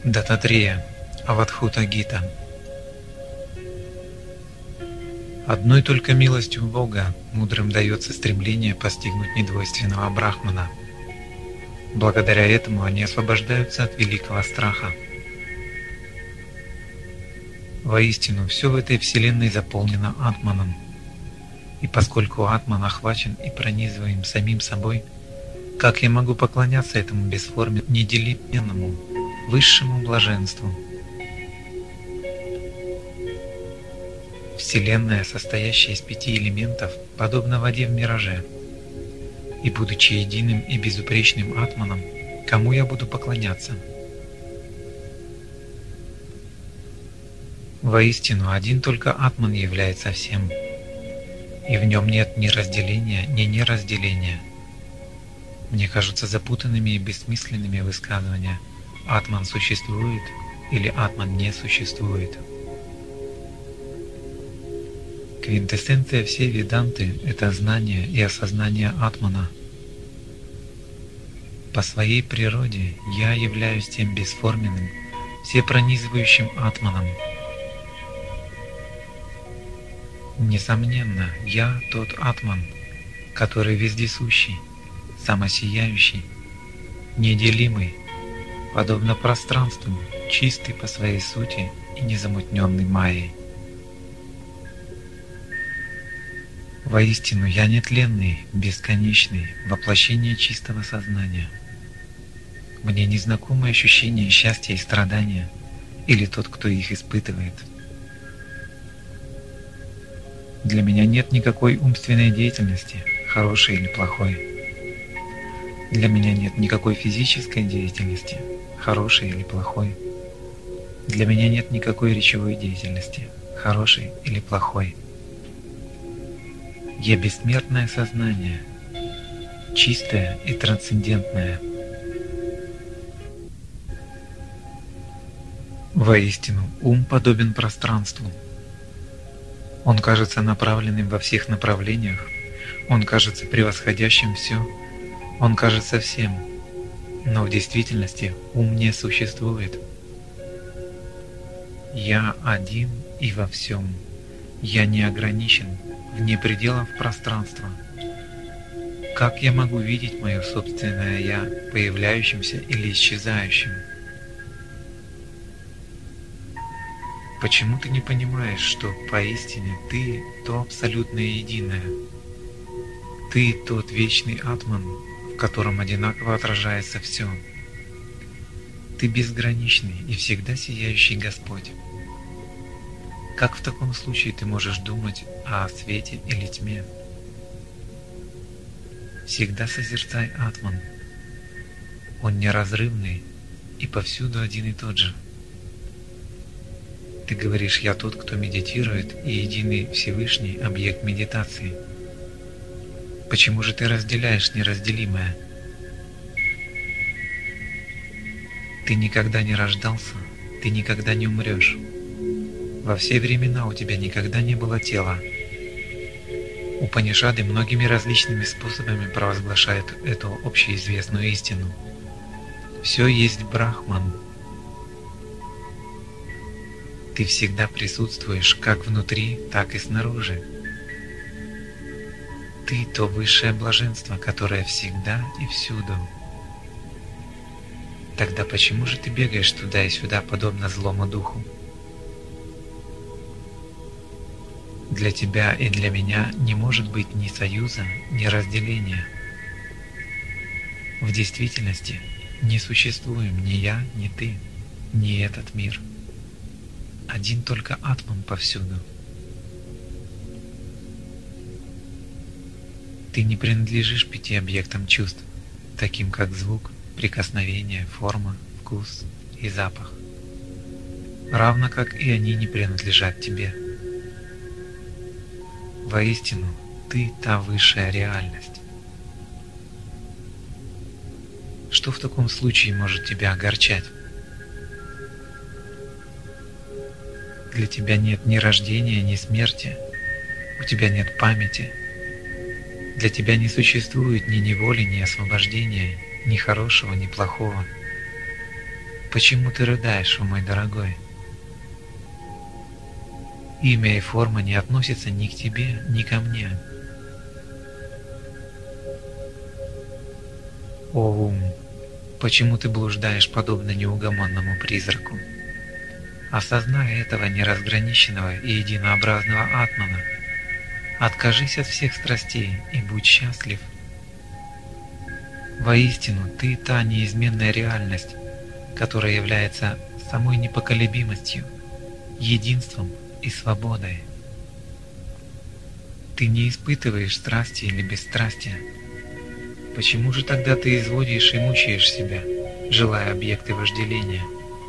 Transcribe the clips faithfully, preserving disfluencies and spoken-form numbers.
Дататрея, Авадхута-гита. Одной только милостью Бога мудрым дается стремление постигнуть недвойственного Брахмана. Благодаря этому они освобождаются от великого страха. Воистину, все в этой вселенной заполнено Атманом. И поскольку Атман охвачен и пронизываем самим собой, как я могу поклоняться этому бесформе неделимому, высшему блаженству? Вселенная, состоящая из пяти элементов, подобна воде в мираже. И будучи единым и безупречным Атманом, кому я буду поклоняться? Воистину, один только Атман является всем, и в нем нет ни разделения, ни неразделения. Мне кажутся запутанными и бессмысленными высказывания «Атман существует» или «Атман не существует». Квинтэссенция всей веданты – это знание и осознание Атмана. По своей природе я являюсь тем бесформенным, всепронизывающим Атманом. Несомненно, я тот Атман, который вездесущий, самосияющий, неделимый, подобно пространству, чистый по своей сути и незамутненный майей. Воистину, я нетленный, бесконечный, воплощение чистого сознания. Мне незнакомы ощущения счастья и страдания, или тот, кто их испытывает. Для меня нет никакой умственной деятельности, хорошей или плохой. Для меня нет никакой физической деятельности, хорошей или плохой. Для меня нет никакой речевой деятельности, хорошей или плохой. Я бессмертное сознание, чистое и трансцендентное. Воистину, ум подобен пространству. Он кажется направленным во всех направлениях, он кажется превосходящим все, он кажется всем, но в действительности ум не существует. Я один и во всем, я не ограничен, вне пределов пространства. Как я могу видеть мое собственное «я» появляющимся или исчезающим? Почему ты не понимаешь, что поистине ты – то абсолютное единое? Ты – тот вечный Атман, в котором одинаково отражается все. Ты безграничный и всегда сияющий Господь. Как в таком случае ты можешь думать о свете или тьме? Всегда созерцай Атман. Он неразрывный и повсюду один и тот же. Ты говоришь, я тот, кто медитирует, и единый Всевышний – объект медитации. Почему же ты разделяешь неразделимое? Ты никогда не рождался, ты никогда не умрешь. Во все времена у тебя никогда не было тела. Упанишады многими различными способами провозглашают эту общеизвестную истину. Все есть Брахман. Ты всегда присутствуешь как внутри, так и снаружи. Ты – то высшее блаженство, которое всегда и всюду. Тогда почему же ты бегаешь туда и сюда, подобно злому духу? Для тебя и для меня не может быть ни союза, ни разделения. В действительности не существуем ни я, ни ты, ни этот мир. Один только Атман повсюду. Ты не принадлежишь пяти объектам чувств, таким как звук, прикосновение, форма, вкус и запах, равно как и они не принадлежат тебе. Воистину, ты та высшая реальность. Что в таком случае может тебя огорчать? Для тебя нет ни рождения, ни смерти, у тебя нет памяти. Для тебя не существует ни неволи, ни освобождения, ни хорошего, ни плохого. Почему ты рыдаешь, о мой дорогой? Имя и форма не относятся ни к тебе, ни ко мне. О ум, почему ты блуждаешь подобно неугомонному призраку? Осознай этого неразграниченного и единообразного атмана. Откажись от всех страстей и будь счастлив. Воистину, ты та неизменная реальность, которая является самой непоколебимостью, единством и свободой. Ты не испытываешь страсти или бесстрастия. Почему же тогда ты изводишь и мучаешь себя, желая объекты вожделения?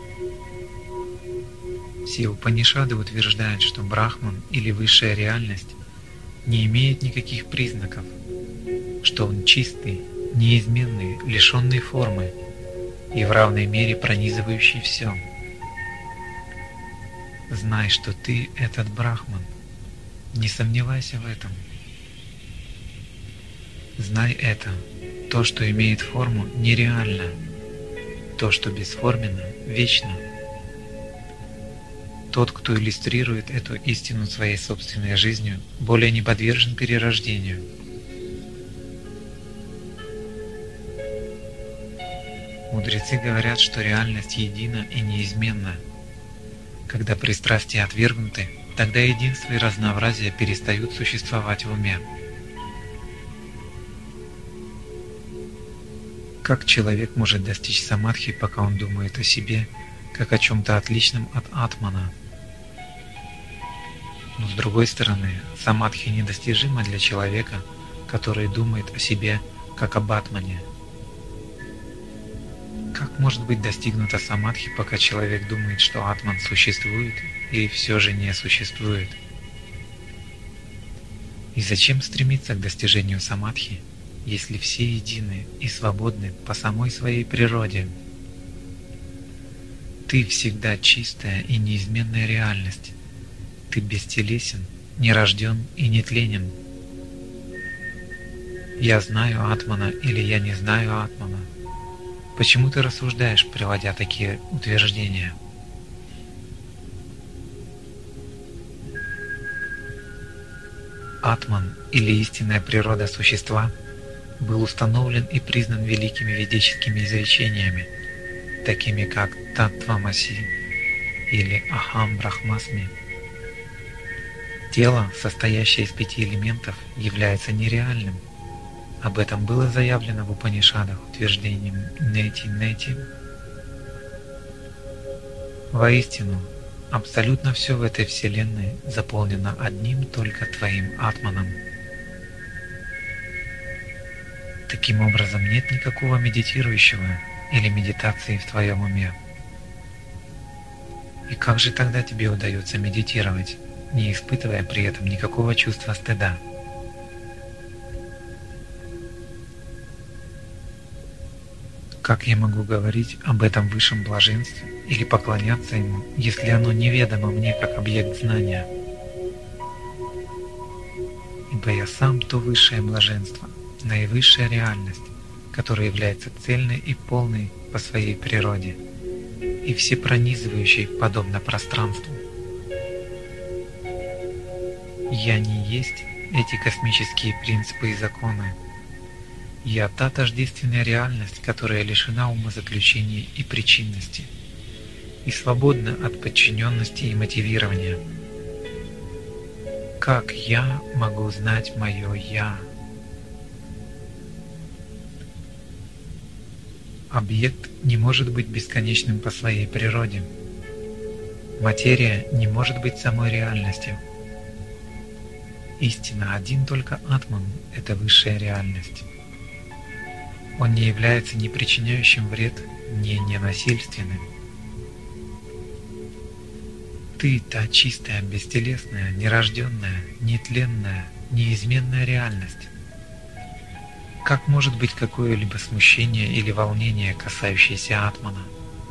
Все Упанишады утверждают, что Брахман или высшая реальность не имеет никаких признаков, что он чистый, неизменный, лишенный формы и в равной мере пронизывающий все. Знай, что ты этот Брахман. Не сомневайся в этом. Знай это. То, что имеет форму, нереально. То, что бесформенно, вечно. Тот, кто иллюстрирует эту истину своей собственной жизнью, более не подвержен перерождению. Мудрецы говорят, что реальность едина и неизменна. Когда пристрастия отвергнуты, тогда единство и разнообразие перестают существовать в уме. Как человек может достичь самадхи, пока он думает о себе, как о чем-то отличном от атмана? Но с другой стороны, самадхи недостижима для человека, который думает о себе, как об атмане. Как может быть достигнута самадхи, пока человек думает, что атман существует или все же не существует? И зачем стремиться к достижению самадхи, если все едины и свободны по самой своей природе? Ты всегда чистая и неизменная реальность. Ты бестелесен, не рожден и не тленен. Я знаю атмана или я не знаю атмана. Почему ты рассуждаешь, приводя такие утверждения? Атман или истинная природа существа был установлен и признан великими ведическими изречениями, такими как Таттвамаси или Ахам Брахмасми. Тело, состоящее из пяти элементов, является нереальным. Об этом было заявлено в Упанишадах утверждением Нети-Нети. Воистину, абсолютно все в этой вселенной заполнено одним только твоим атманом. Таким образом, нет никакого медитирующего или медитации в твоем уме. И как же тогда тебе удается медитировать, не испытывая при этом никакого чувства стыда? Как я могу говорить об этом высшем блаженстве или поклоняться ему, если оно неведомо мне как объект знания? Ибо я сам то высшее блаженство, наивысшая реальность, которая является цельной и полной по своей природе и всепронизывающей подобно пространству. Я не есть эти космические принципы и законы. Я та тождественная реальность, которая лишена умозаключений и причинности и свободна от подчиненности и мотивирования. Как я могу знать мое «я»? Объект не может быть бесконечным по своей природе. Материя не может быть самой реальностью. Истина, один только атман – это высшая реальность. Он не является ни причиняющим вред, ни ненасильственным. Ты – та чистая, бестелесная, нерожденная, нетленная, неизменная реальность. Как может быть какое-либо смущение или волнение, касающееся атмана?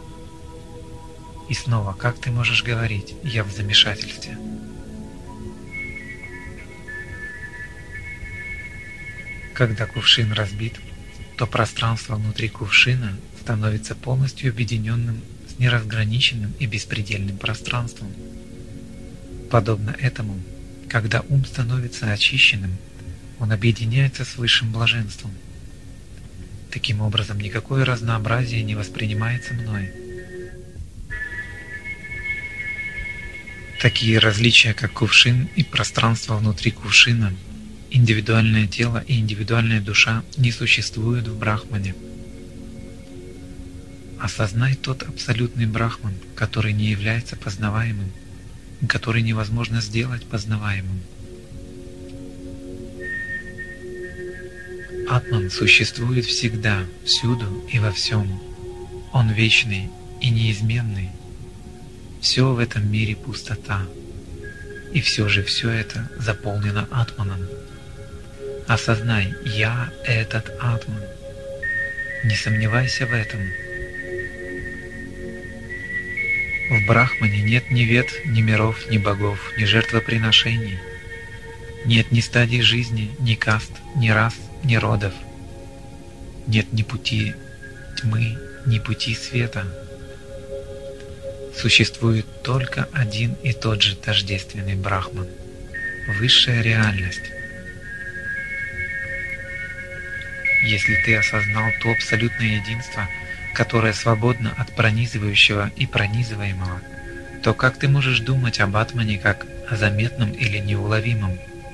И снова, как ты можешь говорить «я в замешательстве»? Когда кувшин разбит, то пространство внутри кувшина становится полностью объединенным с неразграниченным и беспредельным пространством. Подобно этому, когда ум становится очищенным, он объединяется с высшим блаженством. Таким образом, никакое разнообразие не воспринимается мной. Такие различия, как кувшин и пространство внутри кувшина, индивидуальное тело и индивидуальная душа, не существуют в Брахмане. Осознай тот абсолютный Брахман, который не является познаваемым, который невозможно сделать познаваемым. Атман существует всегда, всюду и во всем. Он вечный и неизменный. Все в этом мире пустота, и все же все это заполнено Атманом. Осознай, я этот Атман. Не сомневайся в этом. В Брахмане нет ни вет, ни миров, ни богов, ни жертвоприношений. Нет ни стадий жизни, ни каст, ни рас, ни родов. Нет ни пути тьмы, ни пути света. Существует только один и тот же тождественный Брахман – высшая реальность. Если ты осознал то абсолютное единство, которое свободно от пронизывающего и пронизываемого, то как ты можешь думать об Атмане как о заметном или неуловимом?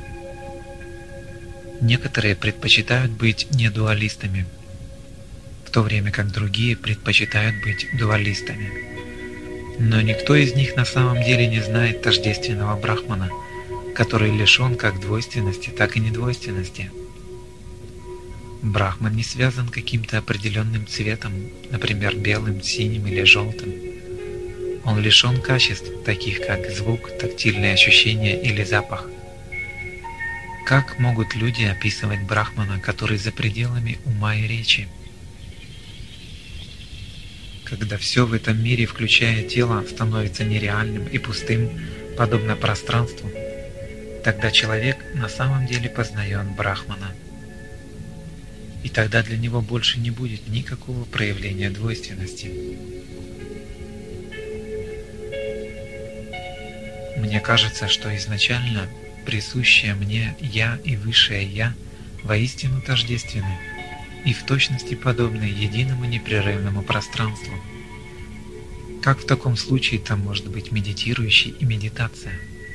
Некоторые предпочитают быть недуалистами, в то время как другие предпочитают быть дуалистами. Но никто из них на самом деле не знает тождественного Брахмана, который лишен как двойственности, так и недвойственности. Брахман не связан каким-то определенным цветом, например, белым, синим или желтым. Он лишен качеств, таких как звук, тактильные ощущения или запах. Как могут люди описывать Брахмана, который за пределами ума и речи? Когда все в этом мире, включая тело, становится нереальным и пустым, подобно пространству, тогда человек на самом деле познает Брахмана. И тогда для него больше не будет никакого проявления двойственности. Мне кажется, что изначально присущее мне «Я» и Высшее «Я» воистину тождественны и в точности подобны единому непрерывному пространству. Как в таком случае там может быть медитирующий и медитация?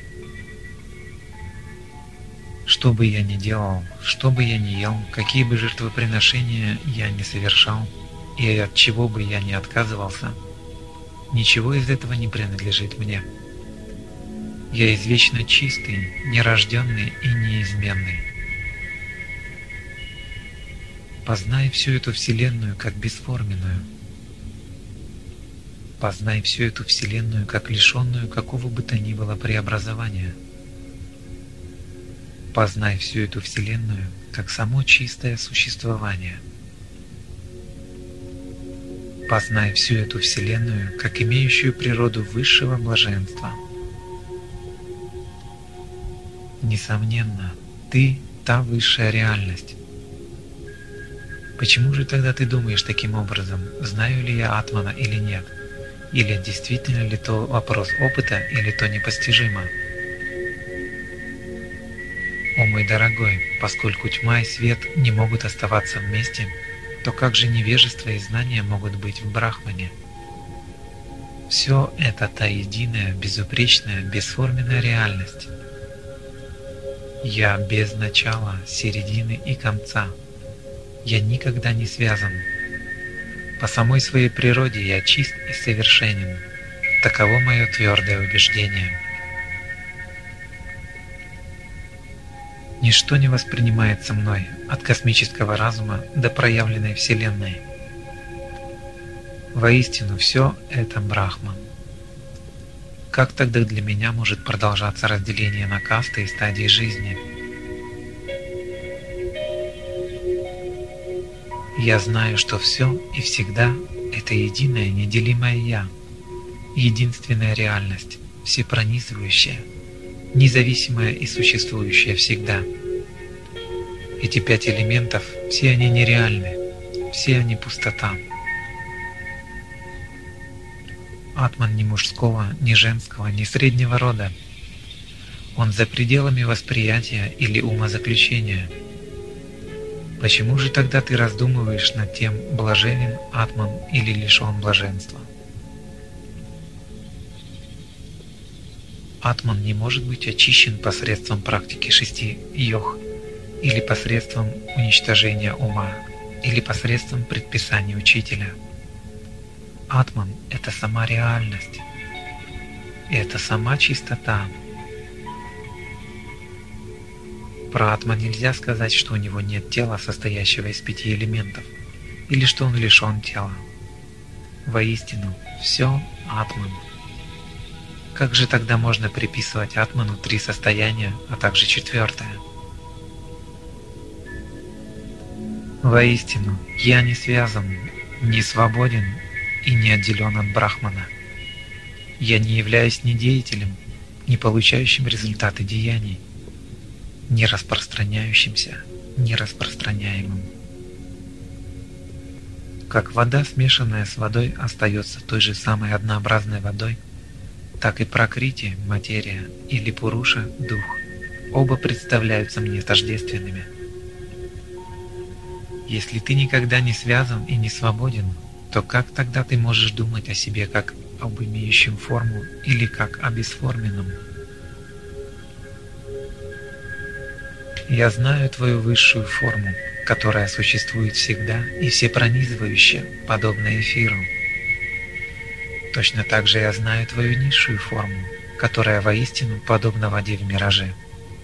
Что бы я ни делал, что бы я ни ел, какие бы жертвоприношения я ни совершал, и от чего бы я ни отказывался, ничего из этого не принадлежит мне. Я извечно чистый, нерожденный и неизменный. Познай всю эту Вселенную как бесформенную. Познай всю эту Вселенную как лишенную какого бы то ни было преобразования. Познай всю эту Вселенную как само чистое существование. Познай всю эту Вселенную как имеющую природу высшего блаженства. Несомненно, ты – та высшая реальность. Почему же тогда ты думаешь таким образом, знаю ли я Атмана или нет? Или действительно ли то вопрос опыта, или то непостижимо? О мой дорогой, поскольку тьма и свет не могут оставаться вместе, то как же невежество и знания могут быть в Брахмане? Все это та единая, безупречная, бесформенная реальность. Я без начала, середины и конца. Я никогда не связан. По самой своей природе я чист и совершенен. Таково мое твердое убеждение. Ничто не воспринимается мной, от космического разума до проявленной Вселенной. Воистину, все это Брахман. Как тогда для меня может продолжаться разделение на касты и стадии жизни? Я знаю, что все и всегда – это единое неделимое Я, единственная реальность, всепронизывающая, независимая и существующая всегда. Эти пять элементов, все они нереальны, все они пустота. Атман ни мужского, ни женского, ни среднего рода. Он за пределами восприятия или умозаключения. Почему же тогда ты раздумываешь над тем, блаженен Атман или лишен блаженства? Атман не может быть очищен посредством практики шести йог, или посредством уничтожения ума, или посредством предписаний учителя. Атман – это сама реальность, и это сама чистота. Про Атман нельзя сказать, что у него нет тела, состоящего из пяти элементов, или что он лишен тела. Воистину, все Атман. Как же тогда можно приписывать Атману три состояния, а также четвертое? Воистину, я не связан, не свободен и не отделен от Брахмана. Я не являюсь ни деятелем, ни получающим результаты деяний, не распространяющимся, не распространяемым. Как вода, смешанная с водой, остается той же самой однообразной водой, так и пракрити, материя, или пуруша, дух, оба представляются мне тождественными. Если ты никогда не связан и не свободен, то как тогда ты можешь думать о себе как об имеющем форму или как о бесформенном? Я знаю твою высшую форму, которая существует всегда и всепронизывающая, подобно эфиру. Точно так же я знаю твою низшую форму, которая воистину подобна воде в мираже.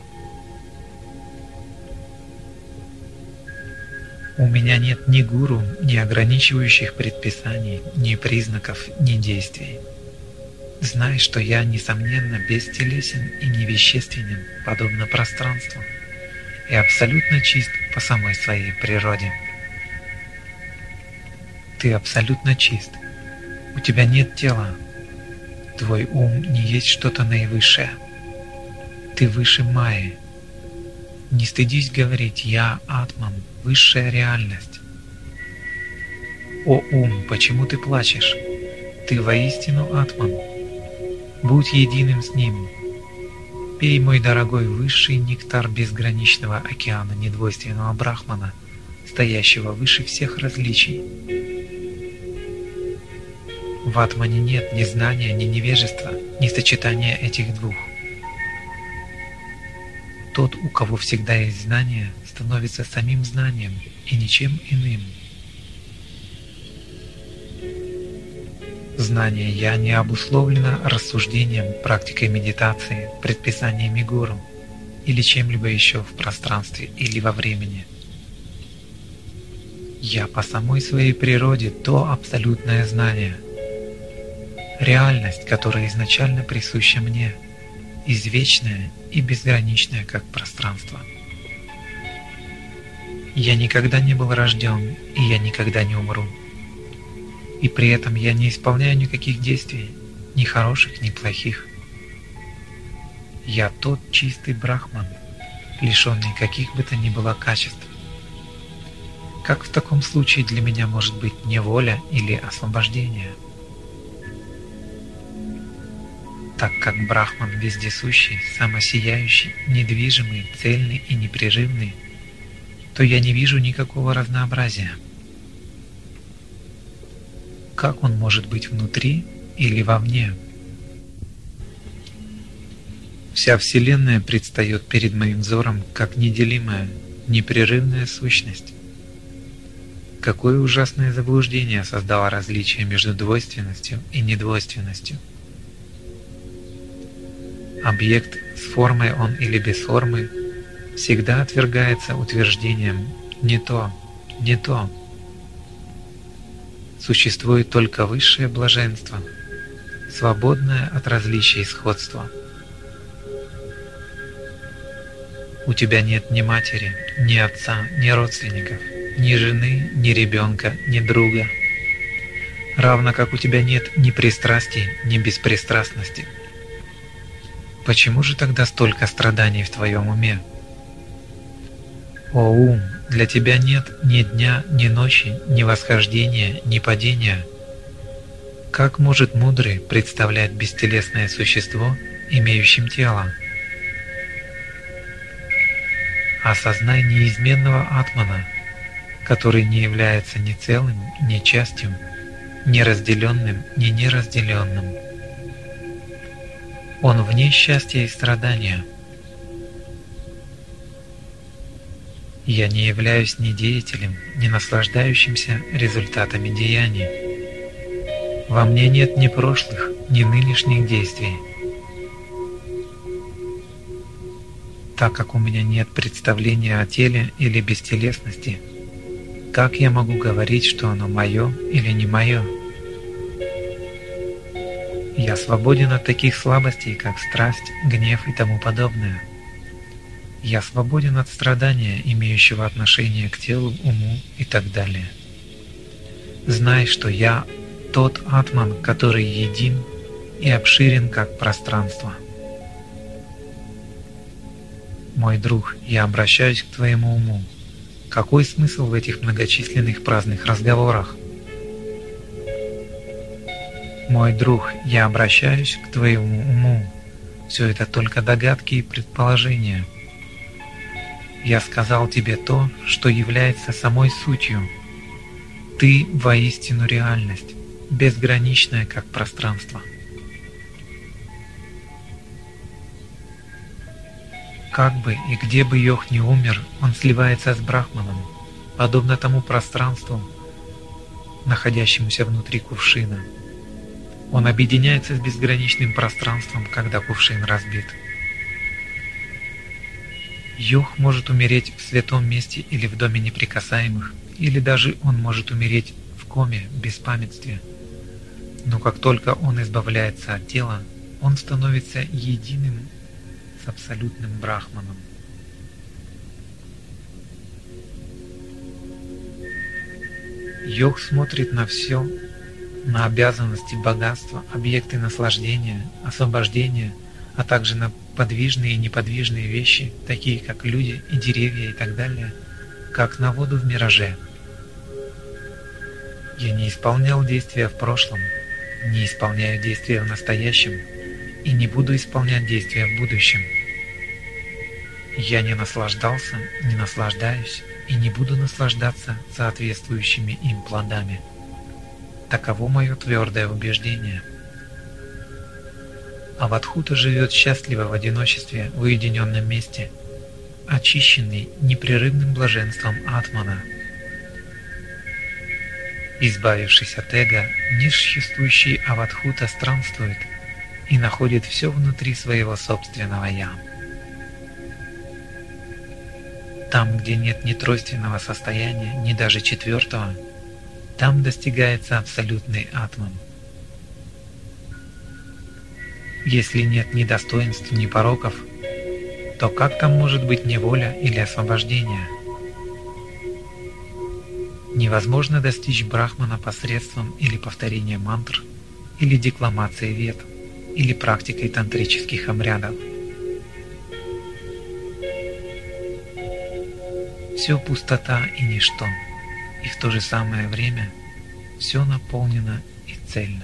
У меня нет ни гуру, ни ограничивающих предписаний, ни признаков, ни действий. Знай, что я, несомненно, бестелесен и невещественен, подобно пространству, и абсолютно чист по самой своей природе. Ты абсолютно чист. У тебя нет тела. Твой ум не есть что-то наивысшее. Ты выше Майи. Не стыдись говорить «Я Атман», высшая реальность. О ум, почему ты плачешь? Ты воистину Атман. Будь единым с ним. Пей, мой дорогой, высший нектар безграничного океана недвойственного Брахмана, стоящего выше всех различий. В Атмане нет ни знания, ни невежества, ни сочетания этих двух. Тот, у кого всегда есть знание, становится самим знанием и ничем иным. Знание «Я» не обусловлено рассуждением, практикой медитации, предписаниями гуру или чем-либо еще в пространстве или во времени. Я по самой своей природе то абсолютное знание, реальность, которая изначально присуща мне, извечная и безграничная, как пространство. Я никогда не был рожден, и я никогда не умру. И при этом я не исполняю никаких действий, ни хороших, ни плохих. Я тот чистый Брахман, лишенный каких бы то ни было качеств. Как в таком случае для меня может быть неволя или освобождение? Так как Брахман вездесущий, самосияющий, недвижимый, цельный и непрерывный, то я не вижу никакого разнообразия. Как он может быть внутри или вовне? Вся Вселенная предстает перед моим взором как неделимая, непрерывная сущность. Какое ужасное заблуждение создало различие между двойственностью и недвойственностью. Объект, с формой он или без формы, всегда отвергается утверждением «не то, не то». Существует только высшее блаженство, свободное от различий и сходства. У тебя нет ни матери, ни отца, ни родственников, ни жены, ни ребенка, ни друга. Равно как у тебя нет ни пристрастий, ни беспристрастности. Почему же тогда столько страданий в твоем уме? О ум, для тебя нет ни дня, ни ночи, ни восхождения, ни падения. Как может мудрый представлять бестелесное существо, имеющим тело? Осознай неизменного Атмана, который не является ни целым, ни частью, ни разделенным, ни неразделенным. Он вне счастья и страдания. Я не являюсь ни деятелем, ни наслаждающимся результатами деяний. Во мне нет ни прошлых, ни нынешних действий. Так как у меня нет представления о теле или бестелесности, как я могу говорить, что оно мое или не мое? Я свободен от таких слабостей, как страсть, гнев и тому подобное. Я свободен от страдания, имеющего отношение к телу, уму и так далее. Знай, что я тот Атман, который един и обширен как пространство. Мой друг, я обращаюсь к твоему уму. Какой смысл в этих многочисленных праздных разговорах? Мой друг, я обращаюсь к твоему уму. Все это только догадки и предположения. Я сказал тебе то, что является самой сутью. Ты воистину реальность, безграничная как пространство. Как бы и где бы Йог ни умер, он сливается с Брахманом, подобно тому пространству, находящемуся внутри кувшина. Он объединяется с безграничным пространством, когда кувшин разбит. Йог может умереть в святом месте или в доме неприкасаемых, или даже он может умереть в коме, в беспамятстве. Но как только он избавляется от тела, он становится единым с абсолютным Брахманом. Йог смотрит на все, на обязанности, богатства, объекты наслаждения, освобождения, а также на подвижные и неподвижные вещи, такие как люди и деревья и так далее, как на воду в мираже. Я не исполнял действия в прошлом, не исполняю действия в настоящем и не буду исполнять действия в будущем. Я не наслаждался, не наслаждаюсь и не буду наслаждаться соответствующими им плодами. Таково мое твердое убеждение. Авадхута живет счастливо в одиночестве в уединенном месте, очищенный непрерывным блаженством Атмана. Избавившись от эго, несуществующий Авадхута странствует и находит все внутри своего собственного «я». Там, где нет ни тройственного состояния, ни даже четвертого, там достигается абсолютный Атман. Если нет ни достоинств, ни пороков, то как там может быть неволя или освобождение? Невозможно достичь Брахмана посредством или повторения мантр, или декламации вед, или практикой тантрических обрядов. Все пустота и ничто, и в то же самое время все наполнено и цельно.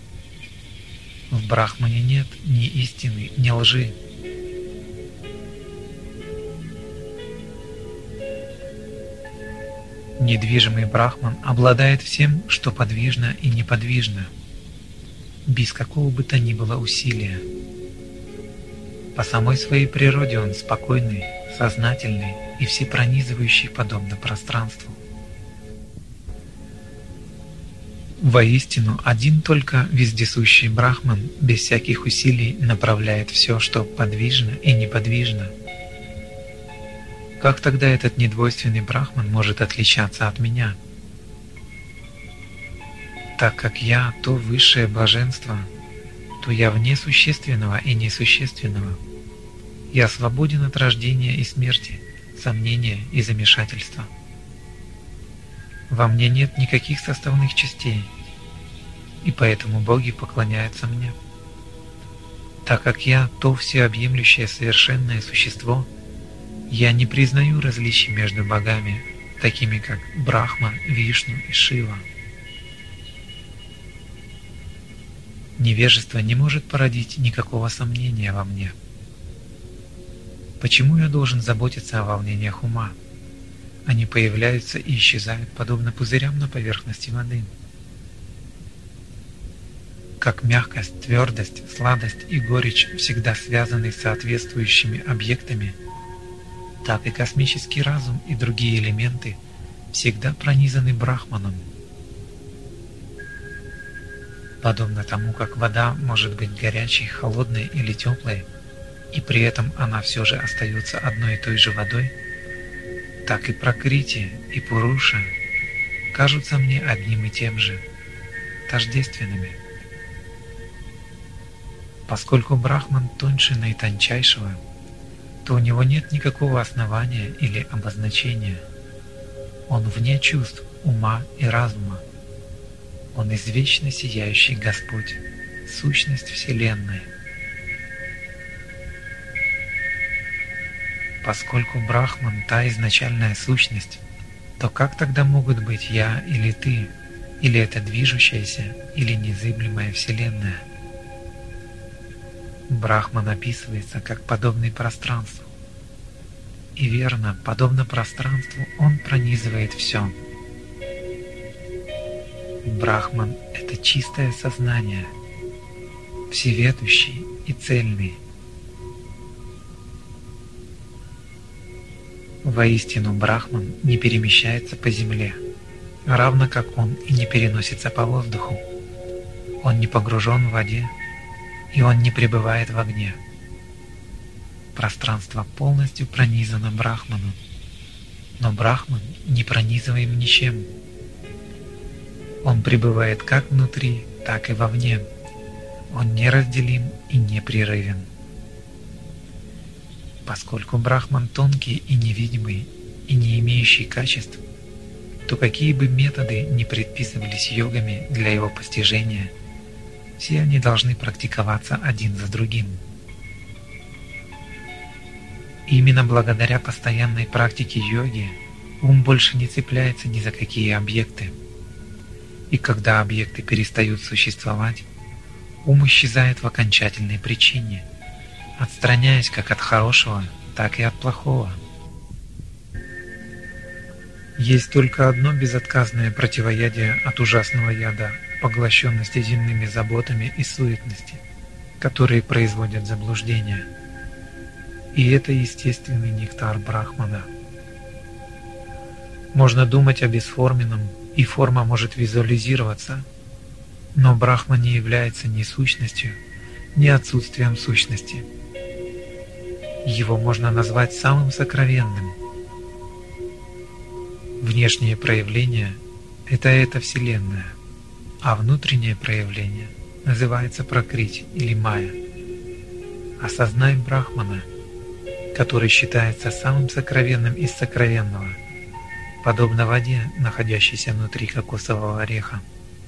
В Брахмане нет ни истины, ни лжи. Недвижимый Брахман обладает всем, что подвижно и неподвижно, без какого бы то ни было усилия. По самой своей природе он спокойный, сознательный и всепронизывающий, подобно пространству. Воистину, один только вездесущий Брахман без всяких усилий направляет все, что подвижно и неподвижно. Как тогда этот недвойственный Брахман может отличаться от меня? Так как я то высшее блаженство, то я вне существенного и несущественного. Я свободен от рождения и смерти, сомнения и замешательства. Во мне нет никаких составных частей, и поэтому боги поклоняются мне. Так как я то всеобъемлющее совершенное существо, я не признаю различий между богами, такими как Брахма, Вишну и Шива. Невежество не может породить никакого сомнения во мне. Почему я должен заботиться о волнениях ума? Они появляются и исчезают, подобно пузырям на поверхности воды. Как мягкость, твердость, сладость и горечь всегда связаны с соответствующими объектами, так и космический разум и другие элементы всегда пронизаны Брахманом. Подобно тому, как вода может быть горячей, холодной или теплой, и при этом она все же остается одной и той же водой, так и Пракрити и Пуруша кажутся мне одним и тем же, тождественными. Поскольку Брахман тоньше наитончайшего, то у него нет никакого основания или обозначения. Он вне чувств, ума и разума. Он извечно сияющий Господь, сущность Вселенной. Поскольку Брахман – та изначальная сущность, то как тогда могут быть я или ты, или эта движущаяся, или незыблемая Вселенная? Брахман описывается как подобный пространству. И верно, подобно пространству, он пронизывает все. Брахман – это чистое сознание, всеведущий и цельный. Воистину, Брахман не перемещается по земле, равно как он и не переносится по воздуху. Он не погружен в воде, и он не пребывает в огне. Пространство полностью пронизано Брахманом, но Брахман не пронизываем ничем. Он пребывает как внутри, так и вовне. Он неразделим и непрерывен. Поскольку Брахман тонкий и невидимый, и не имеющий качеств, то какие бы методы ни предписывались йогами для его постижения, все они должны практиковаться один за другим. Именно благодаря постоянной практике йоги ум больше не цепляется ни за какие объекты. И когда объекты перестают существовать, ум исчезает в окончательной причине, отстраняясь как от хорошего, так и от плохого. Есть только одно безотказное противоядие от ужасного яда поглощенности земными заботами и суетности, которые производят заблуждение. И это естественный нектар Брахмана. Можно думать о бесформенном, и форма может визуализироваться, но Брахман не является ни сущностью, ни отсутствием сущности. Его можно назвать самым сокровенным. Внешнее проявление – это эта Вселенная, а внутреннее проявление называется Пракрити или Майя. Осознай Брахмана, который считается самым сокровенным из сокровенного, подобно воде, находящейся внутри кокосового ореха.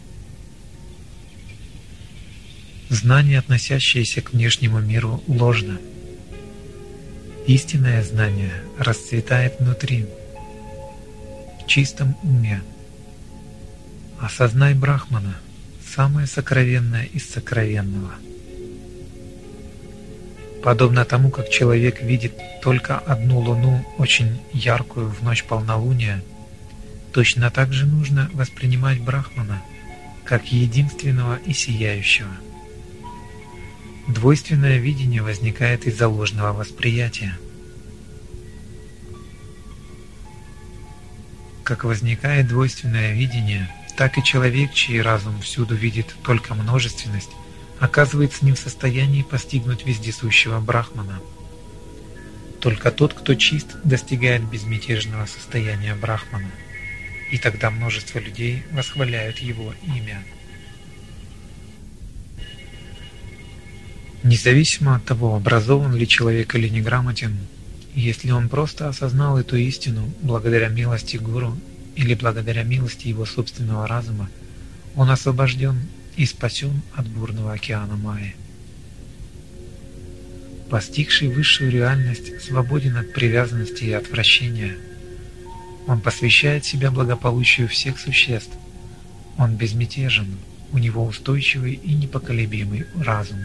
Знание, относящееся к внешнему миру, ложно. Истинное знание расцветает внутри, в чистом уме. Осознай Брахмана, самое сокровенное из сокровенного. Подобно тому, как человек видит только одну луну, очень яркую в ночь полнолуния, точно так же нужно воспринимать Брахмана как единственного и сияющего. Двойственное видение возникает из-за ложного восприятия. Как возникает двойственное видение, так и человек, чей разум всюду видит только множественность, оказывается не в состоянии постигнуть вездесущего Брахмана. Только тот, кто чист, достигает безмятежного состояния Брахмана, и тогда множество людей восхваляют его имя. Независимо от того, образован ли человек или неграмотен, если он просто осознал эту истину благодаря милости Гуру или благодаря милости его собственного разума, он освобожден и спасен от бурного океана Майи. Постигший высшую реальность свободен от привязанности и отвращения. Он посвящает себя благополучию всех существ. Он безмятежен, у него устойчивый и непоколебимый разум.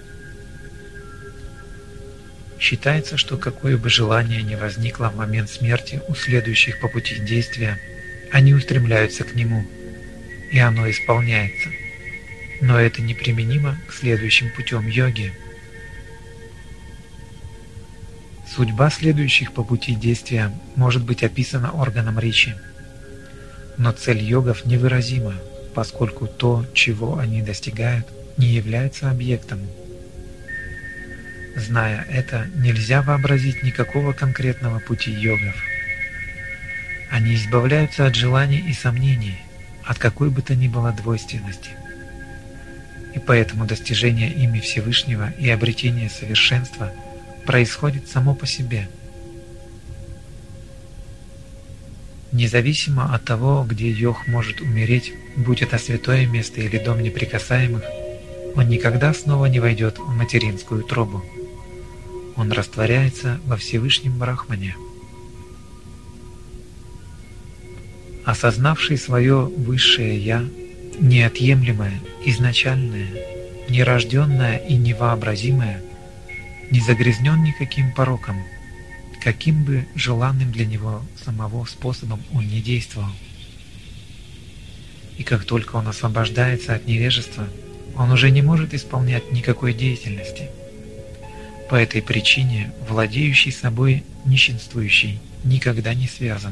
Считается, что какое бы желание ни возникло в момент смерти у следующих по пути действия, они устремляются к нему, и оно исполняется. Но это неприменимо к следующим путем йоги. Судьба следующих по пути действия может быть описана органом речи, но цель йогов невыразима, поскольку то, чего они достигают, не является объектом. Зная это, нельзя вообразить никакого конкретного пути йогов. Они избавляются от желаний и сомнений, от какой бы то ни было двойственности. И поэтому достижение ими Всевышнего и обретение совершенства происходит само по себе. Независимо от того, где йог может умереть, будь это святое место или дом неприкасаемых, он никогда снова не войдет в материнскую утробу. Он растворяется во Всевышнем Брахмане. Осознавший свое высшее Я, неотъемлемое, изначальное, нерожденное и невообразимое, не загрязнен никаким пороком, каким бы желанным для него самого способом он не действовал. И как только он освобождается от невежества, он уже не может исполнять никакой деятельности. По этой причине владеющий собой нищенствующий никогда не связан.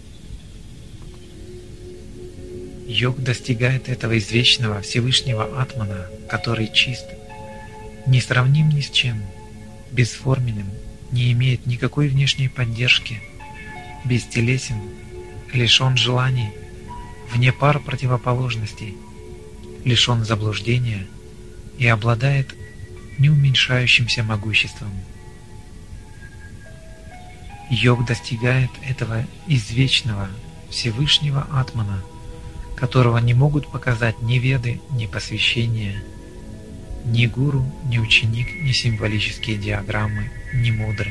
Йог достигает этого извечного Всевышнего Атмана, который чист, не сравним ни с чем, бесформенным, не имеет никакой внешней поддержки, бестелесен, лишен желаний, вне пар противоположностей, лишен заблуждения и обладает неуменьшающимся могуществом. Йог достигает этого извечного Всевышнего Атмана, которого не могут показать ни веды, ни посвящения, ни гуру, ни ученик, ни символические диаграммы, ни мудры.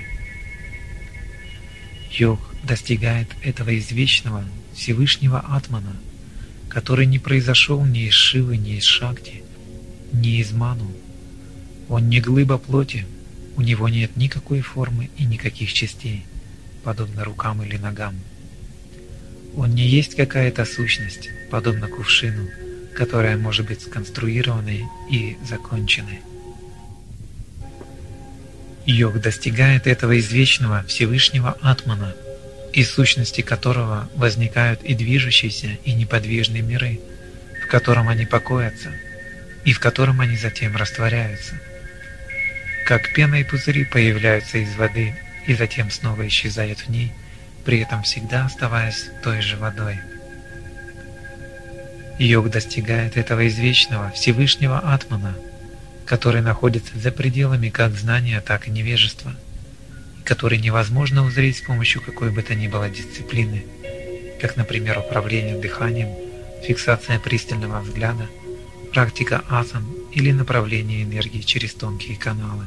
Йог достигает этого извечного Всевышнего Атмана, который не произошел ни из Шивы, ни из Шакти, ни из Ману. Он не глыба плоти, у него нет никакой формы и никаких частей, подобно рукам или ногам. Он не есть какая-то сущность, подобно кувшину, которая может быть сконструированной и законченной. Йог достигает этого извечного Всевышнего Атмана, из сущности которого возникают и движущиеся, и неподвижные миры, в котором они покоятся, и в котором они затем растворяются. Как пена и пузыри появляются из воды и затем снова исчезают в ней, при этом всегда оставаясь той же водой. Йог достигает этого извечного Всевышнего Атмана, который находится за пределами как знания, так и невежества, и который невозможно узреть с помощью какой бы то ни было дисциплины, как, например, управление дыханием, фиксация пристального взгляда, практика асан или направление энергии через тонкие каналы.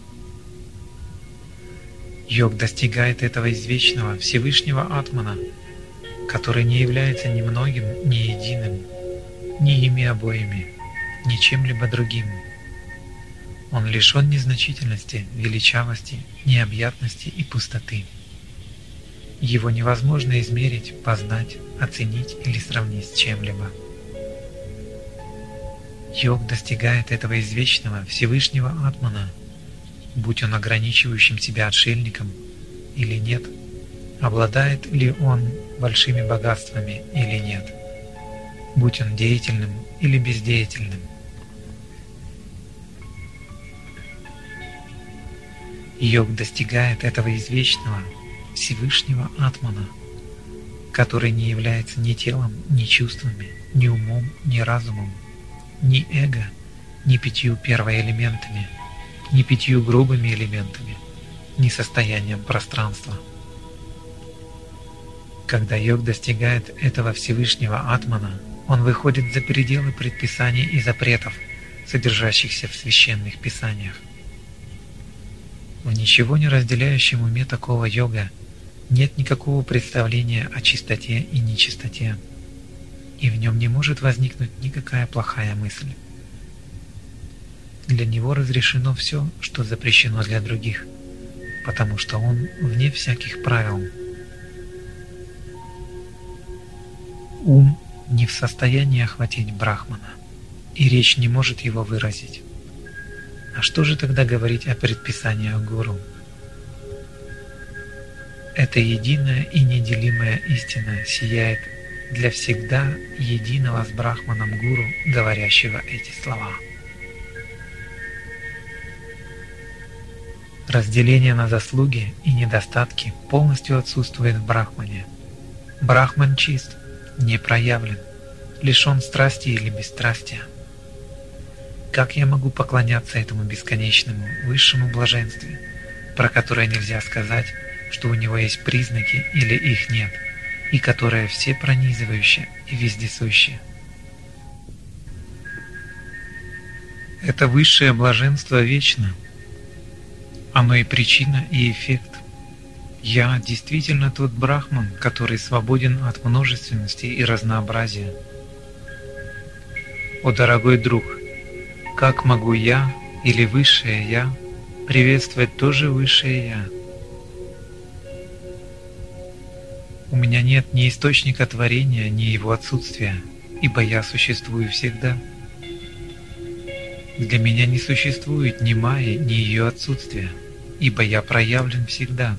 Йог достигает этого извечного Всевышнего Атмана, который не является ни многим, ни единым, ни ими обоими, ни чем-либо другим. Он лишен незначительности, величавости, необъятности и пустоты. Его невозможно измерить, познать, оценить или сравнить с чем-либо. Йог достигает этого извечного Всевышнего Атмана, будь он ограничивающим себя отшельником или нет, обладает ли он большими богатствами или нет, будь он деятельным или бездеятельным. Йог достигает этого извечного Всевышнего Атмана, который не является ни телом, ни чувствами, ни умом, ни разумом, ни эго, ни пятью первоэлементами, ни пятью грубыми элементами, ни состоянием пространства. Когда йог достигает этого Всевышнего Атмана, он выходит за пределы предписаний и запретов, содержащихся в священных писаниях. В ничего не разделяющем уме такого йога нет никакого представления о чистоте и нечистоте. и в нем не может возникнуть никакая плохая мысль. Для него разрешено все, что запрещено для других, потому что он вне всяких правил. Ум не в состоянии охватить Брахмана, и речь не может его выразить. А что же тогда говорить о предписаниях гуру? Эта единая и неделимая истина сияет для всегда единого с Брахманом гуру, говорящего эти слова. Разделение на заслуги и недостатки полностью отсутствует в Брахмане. Брахман чист, не проявлен, лишен страсти или бесстрастия. Как я могу поклоняться этому бесконечному, высшему блаженству, про которое нельзя сказать, что у него есть признаки или их нет, и которое все пронизывающее и вездесущее? Это высшее блаженство вечно. Оно и причина, и эффект. Я действительно тот Брахман, который свободен от множественности и разнообразия. О, дорогой друг, как могу я или высшее Я приветствовать то же высшее Я? У меня нет ни источника творения, ни его отсутствия, ибо я существую всегда. Для меня не существует ни Майи, ни ее отсутствия, ибо я проявлен всегда.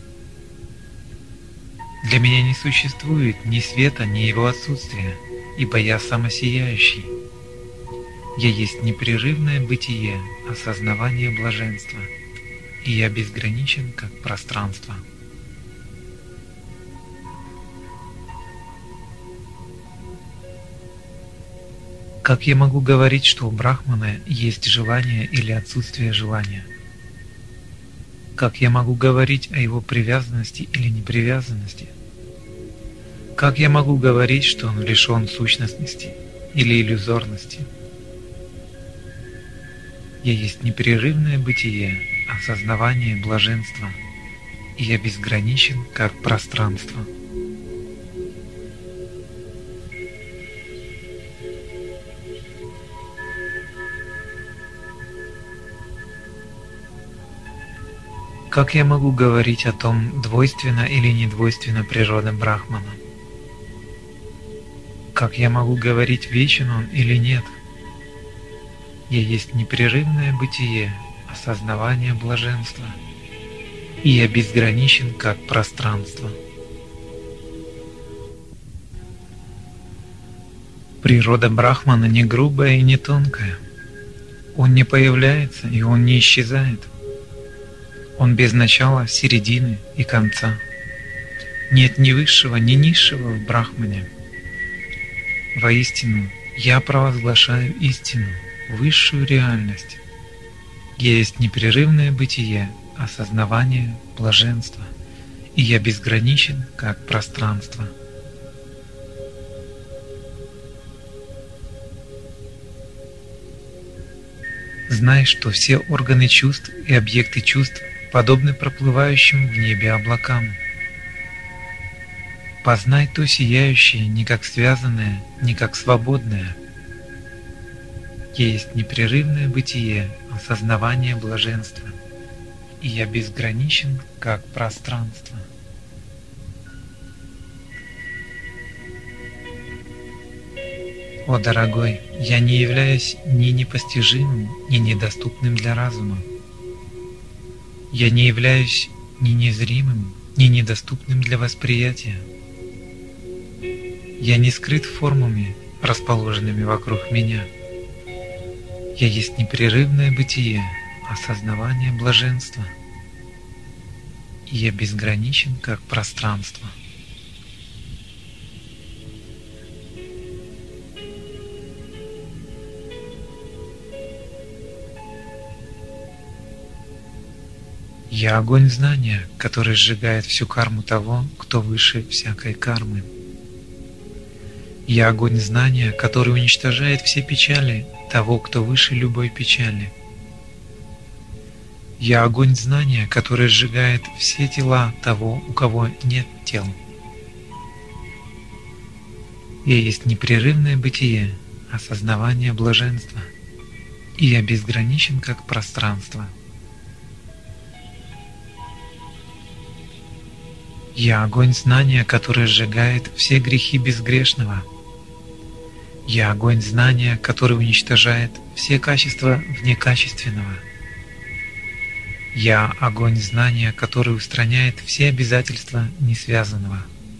Для меня не существует ни света, ни его отсутствия, ибо я самосияющий. Я есть непрерывное бытие, осознавание блаженства, и я безграничен, как пространство. Как я могу говорить, что у Брахмана есть желание или отсутствие желания? Как я могу говорить о его привязанности или непривязанности? Как я могу говорить, что он лишен сущностности или иллюзорности? Я есть непрерывное бытие, осознавание блаженства, и я безграничен, как пространство. Как я могу говорить о том, двойственна или недвойственна природа Брахмана? Как я могу говорить, вечен он или нет? Я есть непрерывное бытие, осознавание блаженства, и я безграничен, как пространство. Природа Брахмана не грубая и не тонкая. Он не появляется и он не исчезает. Он без начала, середины и конца. Нет ни высшего, ни низшего в Брахмане. Воистину, я провозглашаю истину, высшую реальность. Есть непрерывное бытие, осознавание блаженства, и я безграничен, как пространство. Знай, что все органы чувств и объекты чувств подобны проплывающим в небе облакам. Познай то сияющее не как связанное, не как свободное. Есть непрерывное бытие, осознавание блаженства, и я безграничен, как пространство. О, дорогой, я не являюсь ни непостижимым, ни недоступным для разума. Я не являюсь ни незримым, ни недоступным для восприятия. Я не скрыт формами, расположенными вокруг меня. Я есть непрерывное бытие, осознавание блаженства, и я безграничен, как пространство. Я огонь знания, который сжигает всю карму того, кто выше всякой кармы. Я огонь знания, который уничтожает все печали того, кто выше любой печали. Я огонь знания, который сжигает все тела того, у кого нет тел. Я есть непрерывное бытие, осознавание блаженства, и я безграничен как пространство. Я огонь знания, который сжигает все грехи безгрешного. Я огонь знания, который уничтожает все качества внекачественного. Я огонь знания, который устраняет все обязательства несвязанного.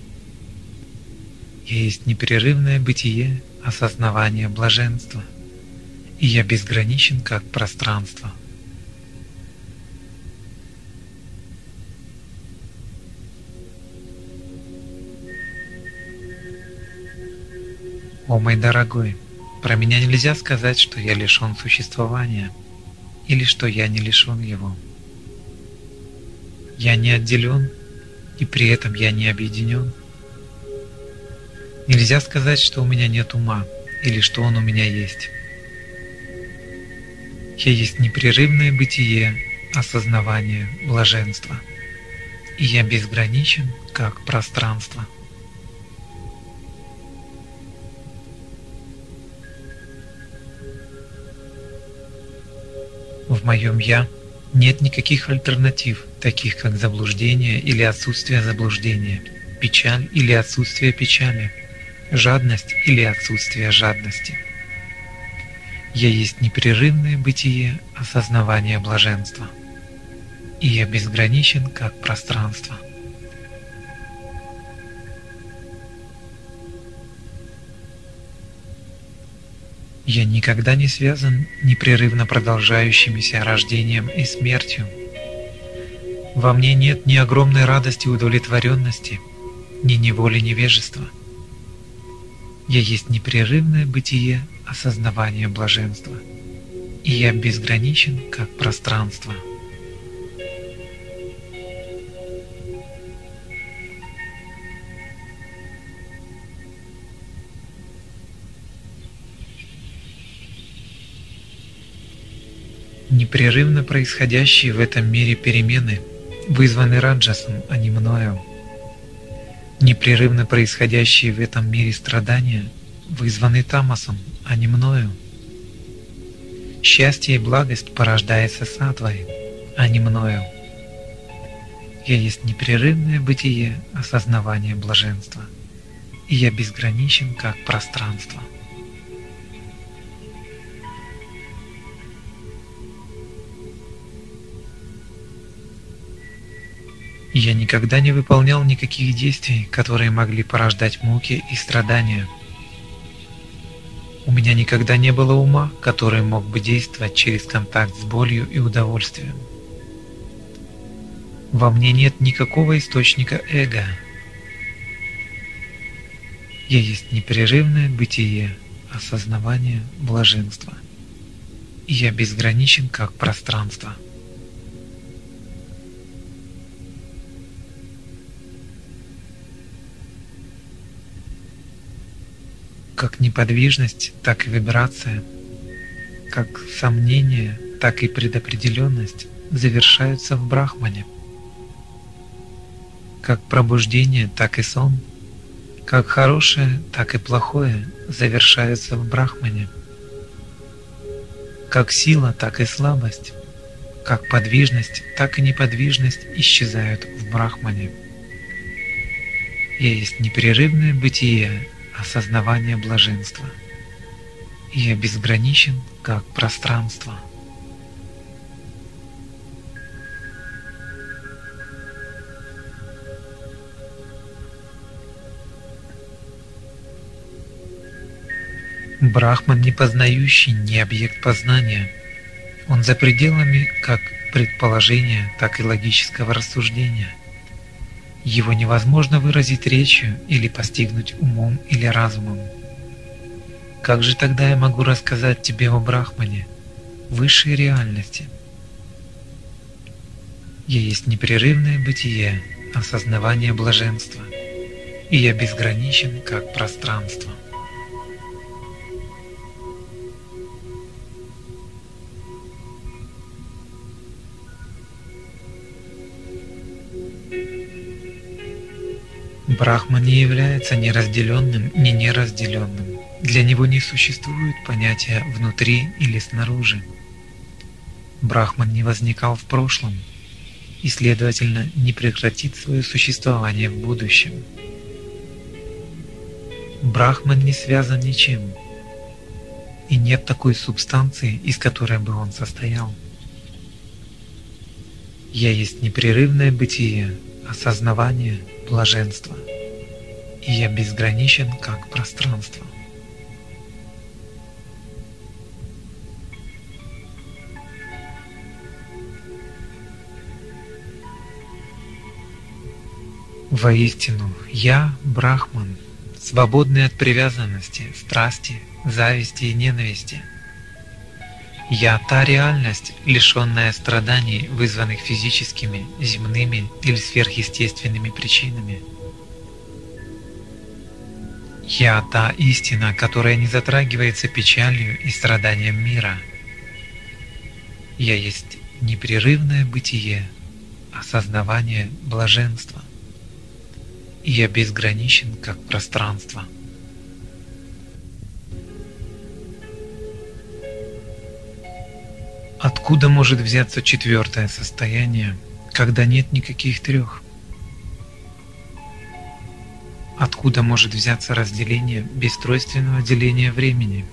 Я есть непрерывное бытие, осознавание блаженства, и я безграничен как пространство. О мой дорогой, про меня нельзя сказать, что я лишен существования, или что я не лишен его. Я не отделен, и при этом я не объединен. Нельзя сказать, что у меня нет ума, или что он у меня есть. Я есть непрерывное бытие, осознавание блаженства, и я безграничен, как пространство. В моем «Я» нет никаких альтернатив, таких как заблуждение или отсутствие заблуждения, печаль или отсутствие печали, жадность или отсутствие жадности. Я есть непрерывное бытие, осознавание блаженства, и я безграничен как пространство. Я никогда не связан непрерывно продолжающимися рождением и смертью. Во мне нет ни огромной радости и удовлетворенности, ни неволи невежества. Я есть непрерывное бытие, осознавание блаженства, и я безграничен, как пространство. Непрерывно происходящие в этом мире перемены вызваны Раджасом, а не мною. Непрерывно происходящие в этом мире страдания вызваны Тамасом, а не мною. Счастье и благость порождается саттвой, а не мною. Я есть непрерывное бытие, осознавание блаженства, и я безграничен, как пространство. Я никогда не выполнял никаких действий, которые могли порождать муки и страдания. У меня никогда не было ума, который мог бы действовать через контакт с болью и удовольствием. Во мне нет никакого источника эго. Я есть непрерывное бытие, осознавание блаженства, и я безграничен, как пространство. Как неподвижность, так и вибрация, как сомнение, так и предопределенность завершаются в Брахмане. Как пробуждение, так и сон, как хорошее, так и плохое завершаются в Брахмане. Как сила, так и слабость, как подвижность, так и неподвижность исчезают в Брахмане. Я есть непрерывное бытие, осознавание блаженства, и я безграничен, как пространство. Брахман не познающий, не объект познания. Он за пределами как предположения, так и логического рассуждения. Его невозможно выразить речью или постигнуть умом или разумом. Как же тогда я могу рассказать тебе о Брахмане, высшей реальности? Я есть непрерывное бытие, осознавание блаженства, и я безграничен, как пространство. Брахман не является ни разделенным, ни неразделенным. Для него не существует понятия «внутри» или «снаружи». Брахман не возникал в прошлом и, следовательно, не прекратит свое существование в будущем. Брахман не связан ничем, и нет такой субстанции, из которой бы он состоял. Я есть непрерывное бытие, осознавание, блаженство, и я безграничен, как пространство. Воистину, я Брахман, свободный от привязанности, страсти, зависти и ненависти. Я та реальность, лишенная страданий, вызванных физическими, земными или сверхъестественными причинами. Я та истина, которая не затрагивается печалью и страданием мира. Я есть непрерывное бытие, осознавание блаженства. И я безграничен, как пространство. Откуда может взяться четвертое состояние, когда нет никаких трех? Откуда может взяться разделение без тройственного деления времени?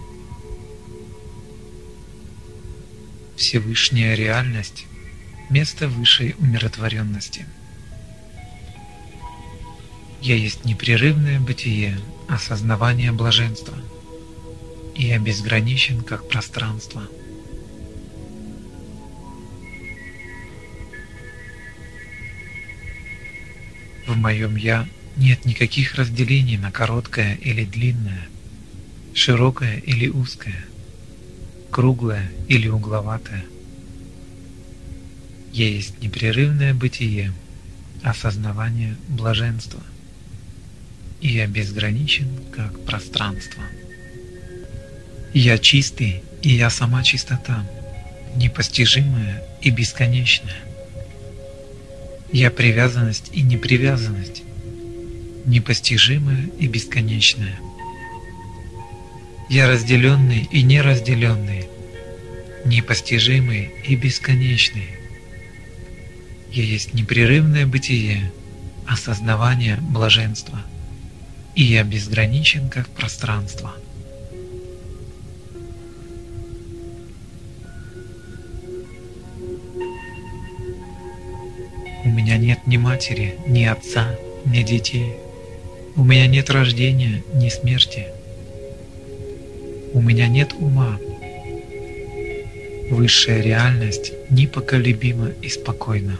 Всевышняя реальность – место высшей умиротворенности. Я есть непрерывное бытие, осознавание блаженства, и я безграничен, как пространство. В моем «Я» нет никаких разделений на короткое или длинное, широкое или узкое, круглое или угловатое. Я есть непрерывное бытие, осознавание блаженства, и я безграничен, как пространство. Я чистый, и я сама чистота, непостижимая и бесконечная. Я привязанность и непривязанность, непостижимая и бесконечная. Я разделенный и неразделенный, непостижимый и бесконечный. Я есть непрерывное бытие, осознавание блаженства, и я безграничен, как пространство. У меня нет ни матери, ни отца, ни детей. У меня нет рождения, ни смерти. У меня нет ума. Высшая реальность непоколебима и спокойна.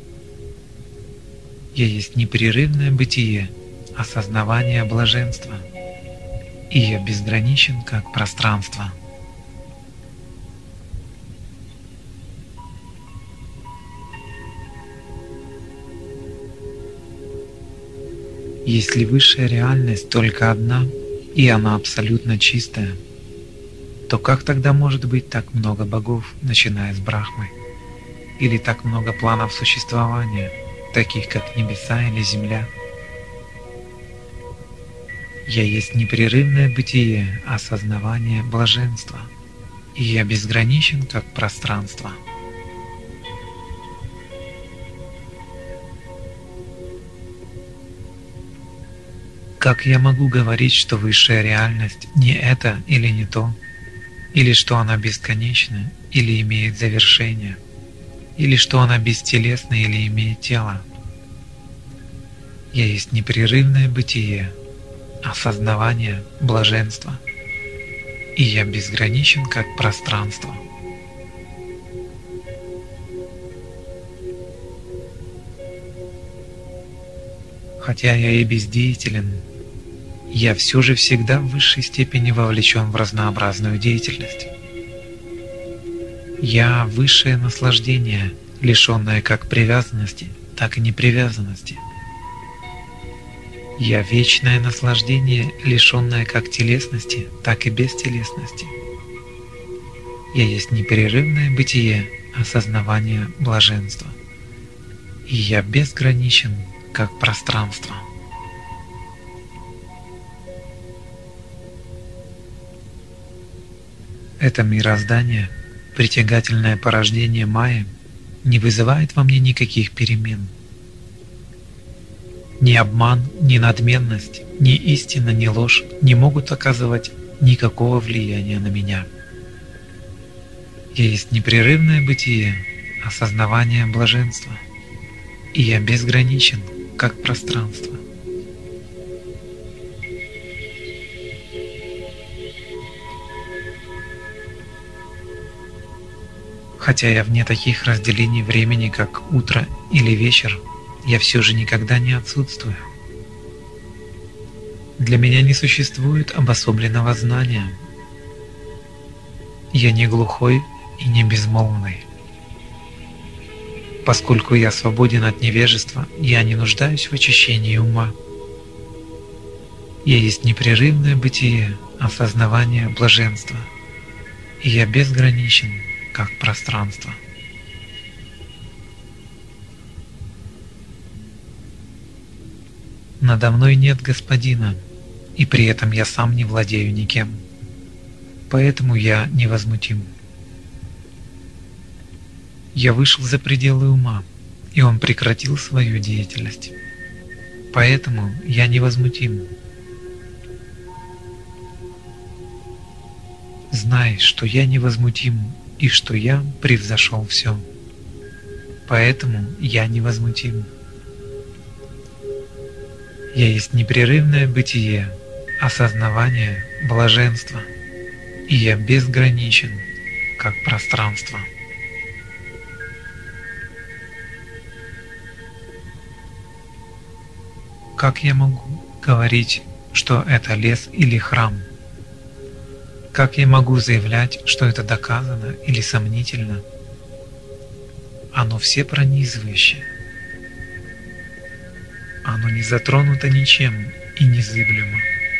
Я есть непрерывное бытие, осознавание блаженства, и я безграничен, как пространство. Если высшая реальность только одна, и она абсолютно чистая, то как тогда может быть так много богов, начиная с Брахмы, или так много планов существования, таких как небеса или земля? Я есть непрерывное бытие, осознавание блаженства, и я безграничен, как пространство. Как я могу говорить, что высшая реальность не это или не то, или что она бесконечна, или имеет завершение, или что она бестелесна или имеет тело? Я есть непрерывное бытие, осознавание блаженства, и я безграничен, как пространство. Хотя я и бездеятелен, я все же всегда в высшей степени вовлечен в разнообразную деятельность. Я – высшее наслаждение, лишенное как привязанности, так и непривязанности. Я – вечное наслаждение, лишенное как телесности, так и бестелесности. Я есть непрерывное бытие, осознавание блаженства. И я безграничен, как пространство. Это мироздание, притягательное порождение Майи, не вызывает во мне никаких перемен. Ни обман, ни надменность, ни истина, ни ложь не могут оказывать никакого влияния на меня. Я есть непрерывное бытие, осознавание блаженства, и я безграничен, как пространство. Хотя я вне таких разделений времени, как утро или вечер, я все же никогда не отсутствую. Для меня не существует обособленного знания. Я не глухой и не безмолвный. Поскольку я свободен от невежества, я не нуждаюсь в очищении ума. Я есть непрерывное бытие, осознавание блаженства, и я безграничен, как пространство. Надо мной нет господина, и при этом я сам не владею никем. Поэтому я невозмутим. Я вышел за пределы ума, и он прекратил свою деятельность. Поэтому я невозмутим. Знай, что я невозмутим, и что я превзошел все. Поэтому я невозмутим. Я есть непрерывное бытие, осознавание блаженства, и я безграничен, как пространство. Как я могу говорить, что это лес или храм? Как я могу заявлять, что это доказано или сомнительно? Оно всепронизывающее. Оно не затронуто ничем и незыблемо.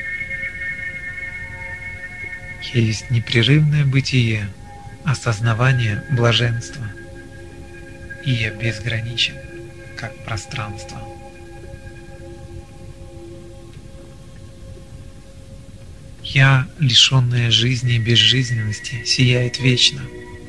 Я есть непрерывное бытие, осознавание блаженства, и я безграничен, как пространство. Я, лишенная жизни и безжизненности, сияет вечно,